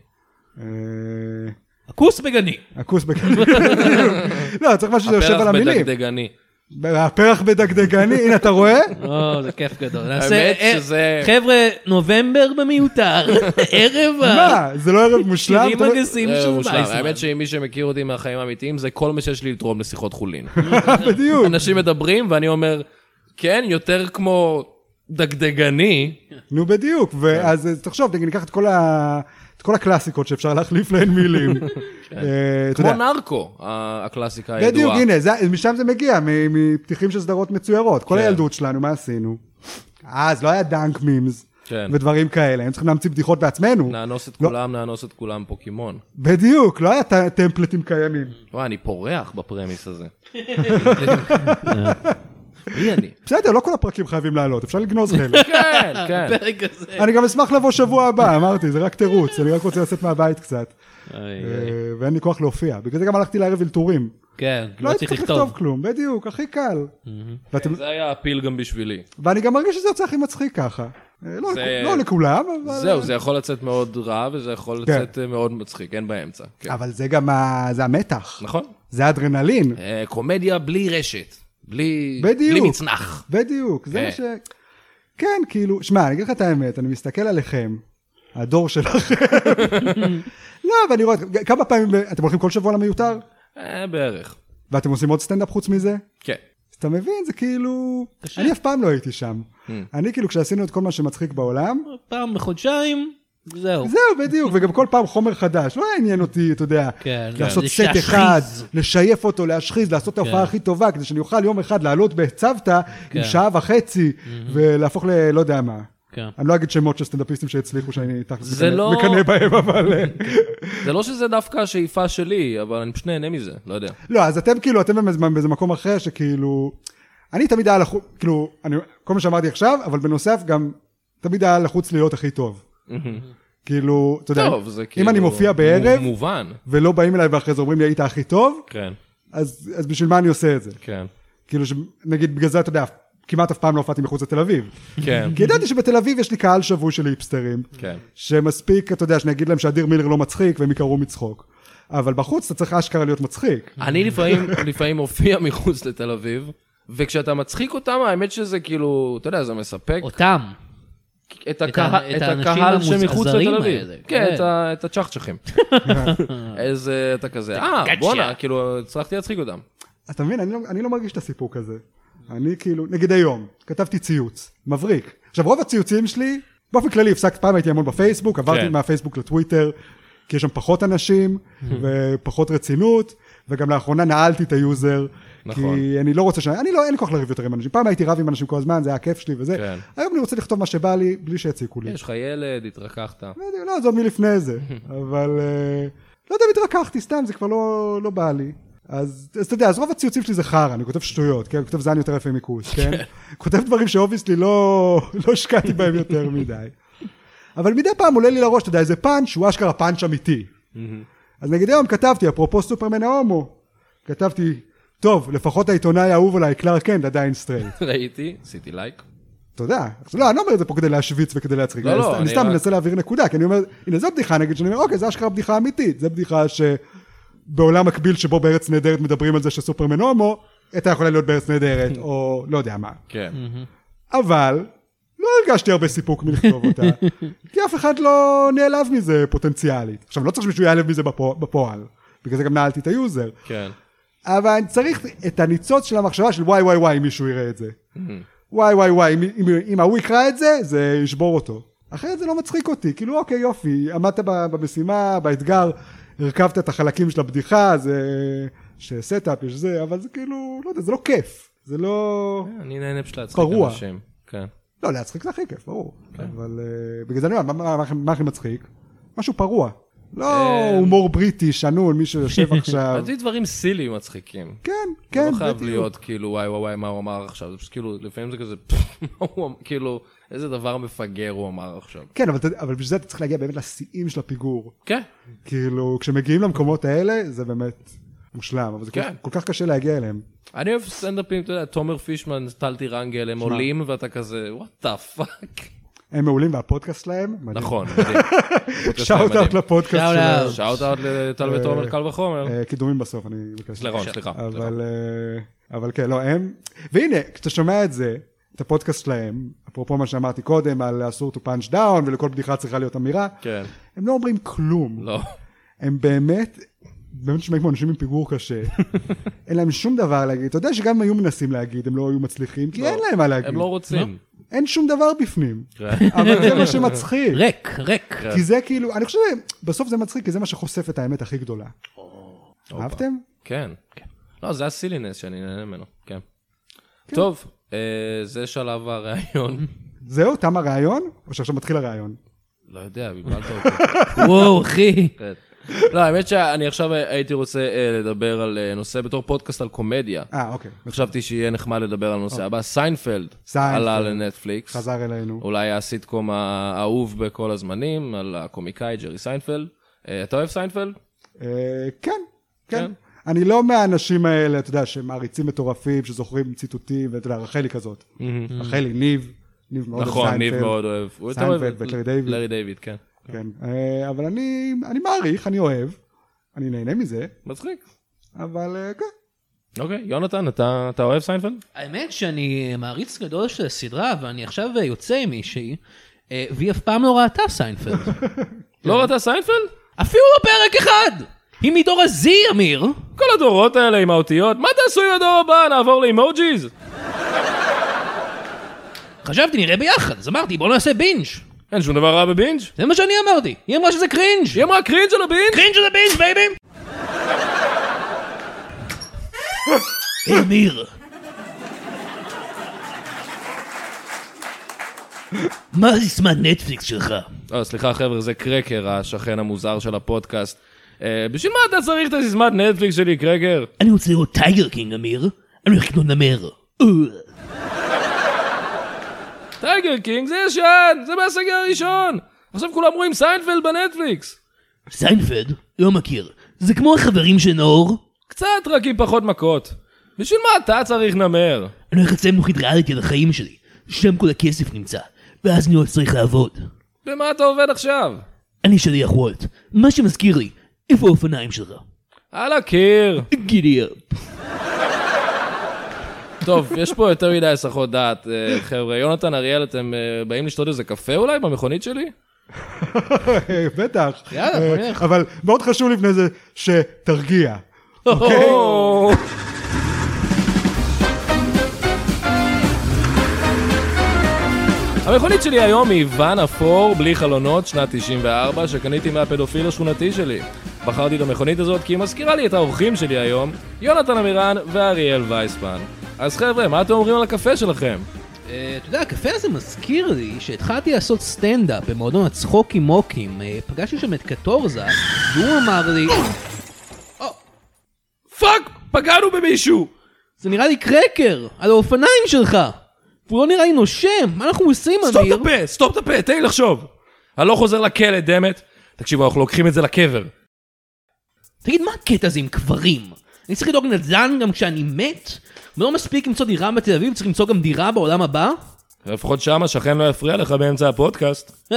C: הכוס בגני.
D: הכוס בגני. לא, צריך משהו שיושב על המילים.
B: הפרח בדגדגני.
D: הפרח בדגדגני, הנה אתה רואה?
C: או, זה כיף גדול.
B: האמת שזה...
C: חבר'ה, נובמבר במיותר, ערב ה...
D: מה? זה לא ערב מושלם?
C: שירים הגסים של וייסמן.
B: האמת שמי שמכיר אותי מהחיים האמיתיים, זה כל מה שיש לי לתרום לשיחות חולין.
D: בדיוק.
B: אנשים מדברים ואני אומר, כן, יותר כמו דגדגני.
D: נו בדיוק, ואז תחשוב, ניקח את כל ה... את כל הקלאסיקות שאפשר להחליף להן מילים.
B: כמו נרקו, הקלאסיקה הידועה.
D: בדיוק, הנה, משם זה מגיע, מפתיחים של סדרות מצוירות. כל הילדות שלנו, מה עשינו? אז לא היה דנק מימס ודברים כאלה, הם צריכים להמציא בדיחות בעצמנו.
B: נאנוס את כולם, נאנוס את כולם פוקימון.
D: בדיוק, לא היה טמפלטים קיימים.
B: וואי, אני פורח בפרמיס הזה. מי אני?
D: בסדר, לא כל הפרקים חייבים לעלות, אפשר לגנוז חלק.
B: כן, כן.
D: אני גם אשמח לבוא שבוע הבא, אמרתי, זה רק תירוץ, אני רק רוצה לצאת מהבית קצת. ואין לי כוח להופיע, בגלל זה גם הלכתי לערב אלתורים.
C: כן,
D: לא צריך לכתוב כלום, בדיוק, הכי קל.
B: זה היה הפיל גם בשבילי.
D: ואני גם מרגיש שזה יוצא הכי מצחיק ככה. לא לכולם, אבל...
B: זהו, זה יכול לצאת מאוד רע, וזה יכול לצאת מאוד מצחיק, אין באמצע.
D: אבל זה גם, זה המתח.
B: נכון.
D: זה אדרנלין.
B: קומדיה בלי רשת. בלי,
D: בלי
B: מצנח.
D: בדיוק, זה מה ש... כן, כאילו, שמע, אני אגיד לך את האמת, אני מסתכל עליכם, הדור שלכם. לא, ואני רואה, כמה פעמים, אתם הולכים כל שבוע למיותר?
B: בערך.
D: ואתם עושים עוד סטנדאפ חוץ מזה?
B: כן.
D: אז אתה מבין, זה כאילו... אני אף פעם לא הייתי שם. אני כאילו, כשעשינו את כל מה שמצחיק בעולם...
C: פעם בחודשיים... זהו.
D: זהו, בדיוק, וגם כל פעם חומר חדש, לא העניין אותי, אתה יודע,
C: כן,
D: לעשות סט אחד, לשייף אותו, להשחיז, לעשות את ההופעה הכי טובה, כדי שאני אוכל יום אחד לעלות בצוותא, עם שעה וחצי, ולהפוך ל... לא יודע מה. אני לא אגיד שמות של סטנדאפיסטים שהצליחו, שאני מקנא בהם, אבל...
B: זה לא שזה דווקא השאיפה שלי, אבל אני פשוט נהנה מזה, לא יודע.
D: לא, אז אתם כאילו, אתם באיזה מקום אחר, שכאילו... אני תמיד היה לחוץ, כאילו, כל מה שאמרתי עכשיו, אבל בנוסף גם, תמיד היה לחוץ להיות הכי טוב. כאילו, אתה יודע, אם אני מופיע בערב, ולא באים אליי ואחרי זה אומרים לי, היית הכי טוב, אז בשביל מה אני עושה את זה? כאילו, נגיד, בגלל זה, אתה יודע, כמעט אף פעם לא הופעתי מחוץ לתל אביב.
B: כן.
D: כי ידעתי שבתל אביב יש לי קהל שבוי של היפסטרים,
B: כן.
D: שמספיק, אתה יודע, שאני אגיד להם שאדיר מילר לא מצחיק, והם יקראו מצחוק. אבל בחוץ אתה צריך אשכרה להיות מצחיק.
B: אני לפעמים, לפעמים מופיע מחוץ לתל אביב, וכשאתה מצחיק אותם, האמת שזה כאילו, אתה יודע, זה מספק.
C: אותם.
B: את הקהל שמחוץ לתל אביב. כן, את הצ'חצ'חים. איזה, אתה כזה, אה, בואנה, כאילו, הצלחתי להצחיק אותם.
D: אתה מבין, אני לא מרגיש את הסיפוק הזה. אני כאילו, נגיד היום, כתבתי ציוץ, מבריק. עכשיו, רוב הציוצים שלי, באופן כללי, הפסקת פעם, הייתי המון בפייסבוק, עברתי מהפייסבוק לטוויטר, כי יש שם פחות אנשים, ופחות רצינות, וגם לאחרונה נעלתי את היוזר, כי אני לא רוצה ש... אני לא, אין לי כוח לריב יותר עם אנשים. פעם הייתי רב עם אנשים כל הזמן, זה היה הכיף שלי וזה. היום אני רוצה לכתוב מה שבא לי, בלי שיציקו לי.
B: יש לך ילד, התרככת.
D: לא, זה עוד מלפני זה. אבל, לא יודע, התרככתי, סתם, זה כבר לא בא לי. אז אתה יודע, אז רוב הציוצים שלי זה חרא, אני כותב שטויות, כן? אני כותב זן יותר יפה מכוס, כן? כותב דברים שאובייסלי לא השקעתי בהם יותר מדי. אבל מדי פעם עולה לי לראש, אתה יודע, איזה פאנץ' שהוא אשכרה פאנץ' אמיתי. אז נגיד היום כתבתי, אפרופו סופרמן ההומו, כתבתי, טוב, לפחות העיתונאי האהוב עליי, קלארק קנט, עדיין סטרייט.
B: ראיתי, עשיתי לייק.
D: תודה. לא, אני לא אומר את זה פה כדי להשוויץ וכדי להצחיק. אני סתם מנסה להעביר נקודה, כי אני אומר, הנה, זו בדיחה, נגיד שאני אומר, אוקיי, זה אשכרה בדיחה אמיתית. זה בדיחה שבעולם מקביל שבו בארץ נהדרת מדברים על זה שסופרמן הומו, הייתה יכולה להיות בארץ נהדרת, או לא יודע מה.
B: כן.
D: אבל לא הרגשתי הרבה סיפוק מלכתוב אותה, כי אף אחד לא נעלב מזה פוטנציאלית. עכשיו, לא צריך שמישהו יעלב מזה בפועל, בגלל זה גם נעלתי את היוזר.
B: כן.
D: אבל אני צריך את הניצוץ של המחשבה של וואי וואי וואי, אם מישהו יראה את זה. וואי וואי וואי, אם, אם, אם הוא יקרא את זה, זה ישבור אותו. אחרת זה לא מצחיק אותי, כאילו אוקיי יופי, עמדת במשימה, באתגר, הרכבת את החלקים של הבדיחה, זה שסטאפ, יש זה, אבל זה כאילו, לא יודע, זה לא כיף. זה לא...
B: אני נהנה פשוט להצחיק אנשים. כן.
D: לא, להצחיק זה הכי כיף, ברור. אבל בגלל זה אני אומר, מה הכי מצחיק? משהו פרוע. לא הומור בריטי, שנון, מישהו יושב עכשיו.
B: זה דברים סילי מצחיקים.
D: כן, כן.
B: לא חייב להיות כאילו וואי וואי וואי מה הוא אמר עכשיו. זה פשוט כאילו, לפעמים זה כזה, כאילו, איזה דבר מפגר הוא אמר עכשיו.
D: כן, אבל בשביל זה אתה צריך להגיע באמת לשיאים של הפיגור.
B: כן.
D: כאילו, כשמגיעים למקומות האלה, זה באמת מושלם, אבל זה כל כך קשה להגיע אליהם.
B: אני אוהב סטנדאפים, אתה יודע, תומר פישמן, טלטי רנגל, הם עולים ואתה כזה, what the fuck.
D: הם מעולים והפודקאסט שלהם.
B: נכון, מדהים.
D: שאוט אאוט לפודקאסט שלהם.
B: שאוט אאוט לטל ותומר קל וחומר.
D: קידומים בסוף, אני מבקש.
B: סליחה, סליחה.
D: אבל כן, לא, הם... והנה, כשאתה שומע את זה, את הפודקאסט שלהם, אפרופו מה שאמרתי קודם, על אסור to punch down, ולכל בדיחה צריכה להיות אמירה, הם לא אומרים כלום.
B: לא.
D: הם באמת... באמת שמעים כמו אנשים עם פיגור קשה, אין להם שום דבר להגיד, אתה יודע שגם אם היו מנסים להגיד, הם לא היו מצליחים, כי אין להם מה להגיד.
B: הם לא רוצים.
D: אין שום דבר בפנים, אבל זה מה שמצחיק.
C: ריק, ריק.
D: כי זה כאילו, אני חושב שבסוף זה מצחיק, כי זה מה שחושף את האמת הכי גדולה. אהבתם?
B: כן. לא, זה הסילינס שאני נהנה ממנו, כן. טוב, זה שלב הרעיון.
D: זהו, תם הרעיון? או שעכשיו מתחיל הרעיון?
B: לא יודע, ביבלת אותי.
C: וואו, אחי.
B: לא, האמת שאני עכשיו הייתי רוצה לדבר על נושא בתור פודקאסט על קומדיה.
D: אה, אוקיי.
B: חשבתי שיהיה נחמד לדבר על הנושא הבא. סיינפלד עלה לנטפליקס.
D: חזר אלינו.
B: אולי הסיטקום האהוב בכל הזמנים, על הקומיקאי ג'רי סיינפלד. אתה אוהב סיינפלד?
D: כן, כן. אני לא מהאנשים האלה, אתה יודע, שמעריצים מטורפים, שזוכרים ציטוטים, ואתה יודע, רחלי כזאת. רחלי, ניב. ניב מאוד אוהב סיינפלד.
B: נכון, ניב מאוד אוהב.
D: סיינפלד ולארי דיוויד.
B: לארי דיוויד, כן.
D: כן, אבל אני, אני מעריך, אני אוהב, אני נהנה מזה.
B: מצחיק.
D: אבל כן.
B: אוקיי, יונתן, אתה, אתה אוהב סיינפלד?
C: האמת שאני מעריץ גדול של הסדרה, ואני עכשיו יוצא עם מישהי, והיא אף פעם לא ראתה סיינפלד.
B: לא ראתה סיינפלד?
C: אפילו לא פרק אחד! היא מדור הזי, אמיר.
B: כל הדורות האלה עם האותיות, מה תעשו עם הדור הבא? נעבור לאימוג'יז?
C: חשבתי, נראה ביחד, אז אמרתי, בוא נעשה בינג'.
B: אין שום דבר רע בבינג'?
C: זה מה שאני אמרתי. היא אמרה שזה קרינג'.
B: היא אמרה קרינג' על הבינג'?
C: קרינג' על הבינג', בייבי! היי, אמיר. מה סיסמת נטפליקס שלך?
B: אה, סליחה חבר'ה, זה קרקר, השכן המוזר של הפודקאסט. בשביל מה אתה צריך את הסיסמת נטפליקס שלי, קרקר?
C: אני רוצה לראות טייגר קינג, אמיר. אני הולך לקנות נמר.
B: טייגר קינג זה ישן, זה מהסגר הראשון. עכשיו כולם רואים סיינפלד בנטפליקס.
C: סיינפלד? לא מכיר. זה כמו החברים של נאור?
B: קצת רק עם פחות מכות. בשביל מה אתה צריך נמר?
C: אני הולך לצלם תוכנית ריאליטי על החיים שלי. שם כל הכסף נמצא. ואז אני עוד צריך לעבוד.
B: במה אתה עובד עכשיו?
C: אני שליח וולט. מה שמזכיר לי, איפה האופניים שלך?
B: על הקיר.
C: גידי אפ.
B: טוב, יש פה יותר מדי הסחות דעת. חבר'ה, יונתן, אריאל, אתם באים לשתות איזה קפה אולי במכונית שלי?
D: בטח.
C: יאללה, בוא נלך.
D: אבל מאוד חשוב לפני זה שתרגיע. אוקיי?
B: המכונית שלי היום היא ואן אפור בלי חלונות שנת תשעים וארבע שקניתי מהפדופיל השכונתי שלי. בחרתי את המכונית הזאת כי היא מזכירה לי את האורחים שלי היום, יונתן עמירן ואריאל וייסמן. אז חבר'ה, מה אתם אומרים על הקפה שלכם?
C: אתה יודע, הקפה הזה מזכיר לי שהתחלתי לעשות סטנדאפ במועדון הצחוקים מוקים. פגשתי שם את קטורזה, והוא אמר לי...
B: פאק! פגענו במישהו!
C: זה נראה לי קרקר, על האופניים שלך! והוא לא נראה לי נושם, מה אנחנו עושים, אמיר?
B: סטופ את הפה, סטופ את הפה, תן לי לחשוב. אני לא חוזר לכלא, דמת. תקשיבו, אנחנו לוקחים את זה לקבר.
C: תגיד, מה הקטע הזה עם קברים? אני צריך לדאוג נדל"ן גם כשאני מת? ולא מספיק למצוא דירה בתל אביב, צריך למצוא גם דירה בעולם הבא?
B: לפחות שם השכן לא יפריע לך באמצע הפודקאסט.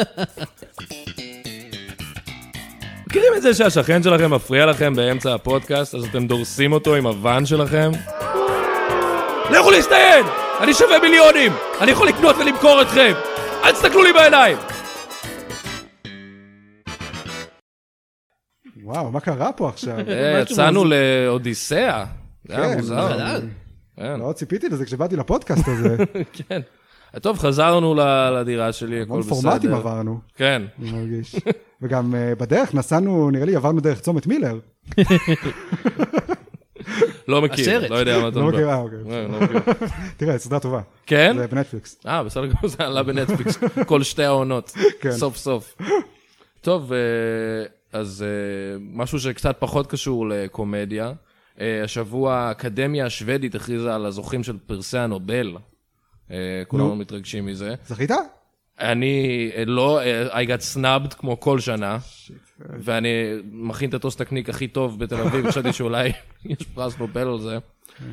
B: מכירים את זה שהשכן שלכם מפריע לכם באמצע הפודקאסט, אז אתם דורסים אותו עם הוואן שלכם? לכו להסתיין! אני שווה מיליונים! אני יכול לקנות ולמכור אתכם! אל תסתכלו לי בעיניים!
D: וואו, מה קרה פה עכשיו?
B: יצאנו לאודיסאה. זה היה מוזר.
D: לא ציפיתי לזה כשבאתי לפודקאסט הזה.
B: כן. טוב, חזרנו לדירה שלי, הכל בסדר.
D: פורמטים עברנו.
B: כן.
D: אני מרגיש. וגם בדרך נסענו, נראה לי עברנו דרך צומת מילר.
B: לא מכיר, לא יודע מה אתה
D: לא
B: מדבר.
D: מכיר, אה, אוקיי. תראה, סדרה טובה.
B: כן?
D: זה בנטפליקס.
B: אה, בסדר גמור, זה עלה בנטפליקס. כל שתי העונות. סוף סוף. טוב, אז משהו שקצת פחות קשור לקומדיה. השבוע האקדמיה השוודית הכריזה על הזוכים של פרסי הנובל. כולנו מתרגשים מזה.
D: זכית?
B: אני לא, I got snubbed כמו כל שנה. ואני מכין את הטוסטקניק הכי טוב בתל אביב, חשבתי שאולי יש פרס נובל על זה.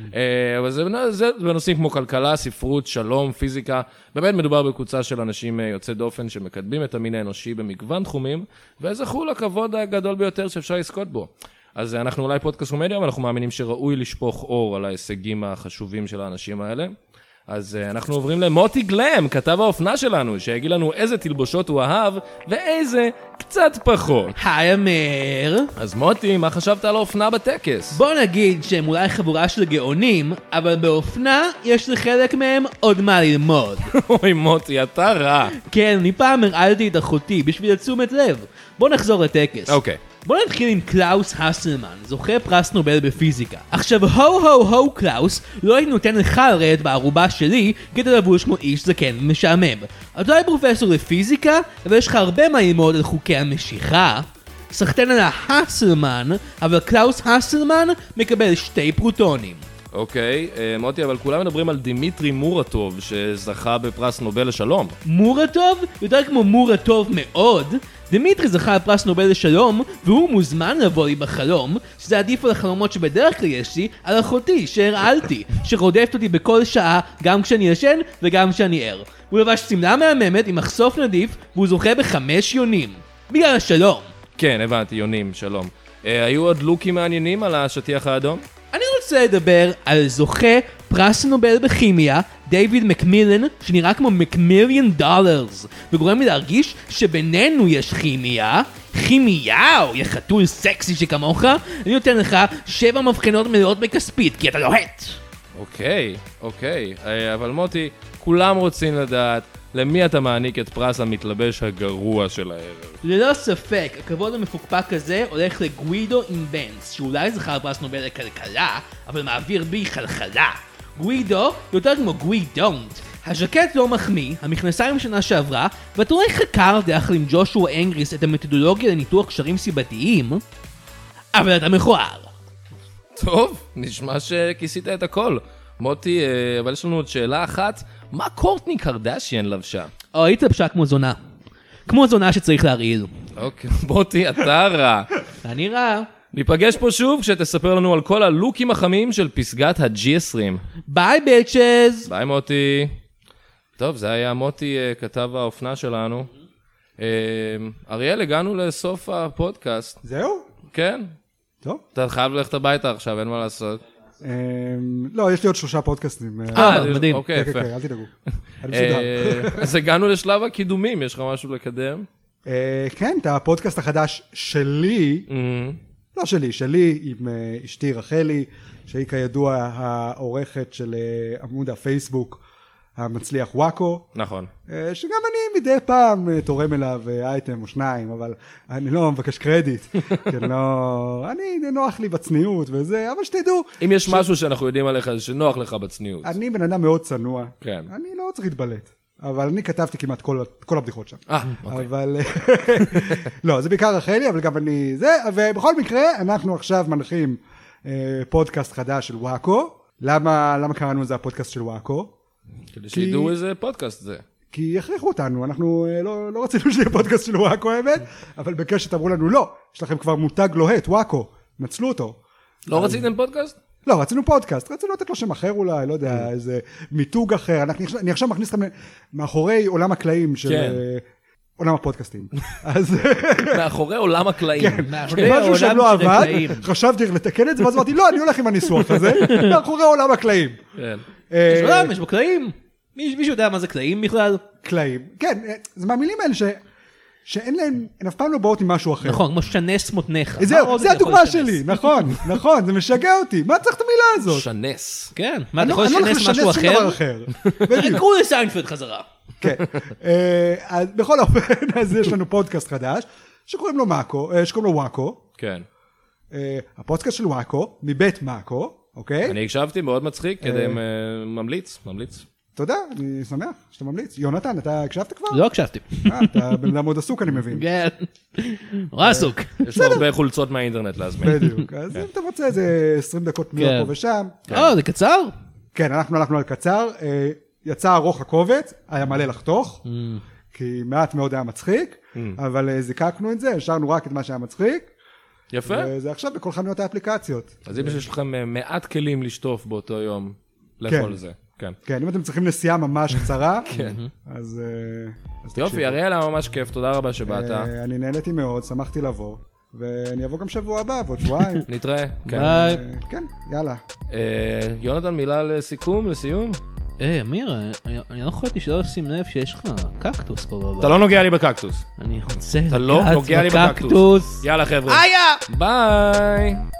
B: אבל זה בנושאים כמו כלכלה, ספרות, שלום, פיזיקה. באמת מדובר בקבוצה של אנשים יוצאי דופן שמקדמים את המין האנושי במגוון תחומים, וזכו לכבוד הגדול ביותר שאפשר לזכות בו. אז אנחנו אולי פודקאסט קומדיה, ואנחנו מאמינים שראוי לשפוך אור על ההישגים החשובים של האנשים האלה. אז אנחנו עוברים למוטי גלם, כתב האופנה שלנו, שיגיד לנו איזה תלבושות הוא אהב, ואיזה קצת פחות.
C: היי אמיר.
B: אז מוטי, מה חשבת על האופנה בטקס?
C: בוא נגיד שהם אולי חבורה של גאונים, אבל באופנה יש לחלק מהם עוד מה ללמוד.
B: אוי מוטי, אתה רע.
C: כן, אני פעם הרעלתי את אחותי בשביל תשומת לב. בוא נחזור לטקס.
B: אוקיי.
C: בוא נתחיל עם קלאוס הסלמן, זוכה פרס נובל בפיזיקה. עכשיו, הו-הו-הו קלאוס, לא הייתי נותן לך לרדת בערובה שלי כדי לבוש כמו איש זקן ומשעמם. אתה לא פרופסור לפיזיקה, אבל יש לך הרבה מה ללמוד על חוקי המשיכה. סחטן על ההסלמן, אבל קלאוס הסלמן מקבל שתי פרוטונים.
B: אוקיי, מוטי, אבל כולם מדברים על דימיטרי מורטוב, שזכה בפרס נובל לשלום.
C: מורטוב? יותר כמו מורטוב מאוד. דימיטרי זכה בפרס נובל לשלום, והוא מוזמן לבוא לי בחלום, שזה עדיף על החלומות שבדרך כלל יש לי, על אחותי שהרעלתי, שרודפת אותי בכל שעה, גם כשאני ישן וגם כשאני ער. הוא לבש שמלה מהממת עם מחשוף נדיף, והוא זוכה בחמש יונים. בגלל השלום.
B: כן, הבנתי, יונים, שלום. אה, היו עוד לוקים מעניינים על השטיח האדום?
C: אני רוצה לדבר על זוכה פרס נובל בכימיה, דיוויד מקמילן, שנראה כמו מקמיליון דולרס, וגורם לי להרגיש שבינינו יש כימיה. כימיהו, יא חתול סקסי שכמוך, אני נותן לך שבע מבחנות מלאות בכספית, כי אתה לוהט.
B: אוקיי, אוקיי, אבל מוטי, כולם רוצים לדעת למי אתה מעניק את פרס המתלבש הגרוע של הערב.
C: ללא ספק, הכבוד המפוקפק הזה הולך לגווידו אינבנס, שאולי זכה פרס נובל לכלכלה, אבל מעביר בי חלחלה. גווידו יותר כמו גווידונט. הז'קט לא מחמיא, המכנסיים שנה שעברה, ואתה אולי חקרת יחד עם ג'ושוע אנגריס את המתודולוגיה לניתוח קשרים סיבתיים, אבל אתה מכוער.
B: טוב, נשמע שכיסית את הכל. מוטי, אבל יש לנו עוד שאלה אחת, מה קורטני קרדשיין לבשה?
C: או, היית לבשה כמו זונה. כמו זונה שצריך להרעיל.
B: אוקיי, מוטי, אתה רע.
C: אני רע.
B: ניפגש פה שוב כשתספר לנו על כל הלוקים החמים של פסגת ה-ג'י עשרים.
C: ביי ביצ'ז!
B: ביי מוטי. טוב, זה היה מוטי כתב האופנה שלנו. אריאל, הגענו לסוף הפודקאסט.
D: זהו?
B: כן.
D: טוב.
B: אתה חייב ללכת הביתה עכשיו, אין מה לעשות.
D: לא, יש לי עוד שלושה פודקאסטים.
C: אה, מדהים.
B: אוקיי, יפה.
D: אל תדאגו.
B: אז הגענו לשלב הקידומים, יש לך משהו לקדם?
D: כן, את הפודקאסט החדש שלי, לא שלי, שלי עם אשתי רחלי, שהיא כידוע העורכת של עמוד הפייסבוק המצליח וואקו.
B: נכון.
D: שגם אני מדי פעם תורם אליו אייטם או שניים, אבל אני לא מבקש קרדיט, כי לא, אני נוח לי בצניעות וזה, אבל שתדעו.
B: אם יש משהו שאנחנו יודעים עליך, זה שנוח לך בצניעות.
D: אני בן אדם מאוד צנוע.
B: כן.
D: אני לא צריך להתבלט. אבל אני כתבתי כמעט כל, כל הבדיחות שם.
B: אה, אוקיי.
D: אבל, לא, זה בעיקר רחלי, אבל גם אני, זה, ובכל מקרה, אנחנו עכשיו מנחים אה, פודקאסט חדש של וואקו. למה, למה קראנו לזה הפודקאסט של וואקו?
B: כדי שידעו איזה פודקאסט זה.
D: כי הכריחו אותנו, אנחנו אה, לא, לא רצינו שיהיה פודקאסט של וואקו, האמת, אבל בקשת אמרו לנו, לא, יש לכם כבר מותג לוהט, וואקו, נצלו אותו.
B: לא רציתם פודקאסט?
D: לא, רצינו פודקאסט, רצינו לתת לו שם אחר אולי, לא יודע, איזה מיתוג אחר, אני עכשיו מכניס אתכם מאחורי עולם הקלעים של עולם הפודקאסטים.
B: מאחורי עולם הקלעים.
D: משהו שם לא עבד, חשבתי לתקן את זה, ואז אמרתי, לא, אני הולך עם הניסוח הזה, מאחורי עולם הקלעים.
C: יש עולם, יש בו קלעים? מישהו יודע מה זה קלעים בכלל?
D: קלעים, כן, זה מהמילים האלה ש... שאין להן, הן אף פעם לא באות עם משהו אחר.
C: נכון, כמו שנס מותניך.
D: זהו, זה הדוגמה שלי, נכון, נכון, זה משגע אותי. מה צריך את המילה הזאת?
B: שנס.
C: כן, מה, אתה יכול לשנס משהו אחר? תקראו לסיינפלד חזרה.
D: כן, בכל אופן, אז יש לנו פודקאסט חדש, שקוראים לו מאקו, שקוראים לו וואקו.
B: כן.
D: הפודקאסט של וואקו, מבית מאקו, אוקיי?
B: אני הקשבתי, מאוד מצחיק, כדי ממליץ, ממליץ.
D: תודה, אני שמח שאתה ממליץ. יונתן, אתה הקשבת כבר?
C: לא הקשבתי.
D: אה, אתה בן אדם מאוד עסוק, אני מבין.
C: כן, נורא עסוק.
B: יש לו הרבה חולצות מהאינטרנט להזמין.
D: בדיוק, אז אם אתה רוצה איזה עשרים דקות תנועה פה ושם.
C: אה, זה קצר?
D: כן, אנחנו הלכנו על קצר, יצא ארוך הקובץ, היה מלא לחתוך, כי מעט מאוד היה מצחיק, אבל זיקקנו את זה, השארנו רק את מה שהיה מצחיק.
B: יפה.
D: וזה עכשיו בכל חנויות האפליקציות.
B: אז אם יש לכם מעט כלים לשטוף באותו יום, לכל זה. כן.
D: כן, אם אתם צריכים נסיעה ממש קצרה, אז...
B: יופי, אריאל היה ממש כיף, תודה רבה שבאת.
D: אני נהניתי מאוד, שמחתי לבוא, ואני אבוא גם שבוע הבא, ועוד שבועיים.
B: נתראה.
C: ביי.
D: כן, יאללה.
B: יונתן, מילה לסיכום, לסיום?
C: אה, אמיר, אני לא יכולתי שלא לשים לב שיש לך קקטוס פה בבית.
B: אתה לא נוגע לי בקקטוס.
C: אני רוצה
B: אתה לא נוגע לי בקקטוס. יאללה חבר'ה.
C: איה!
B: ביי.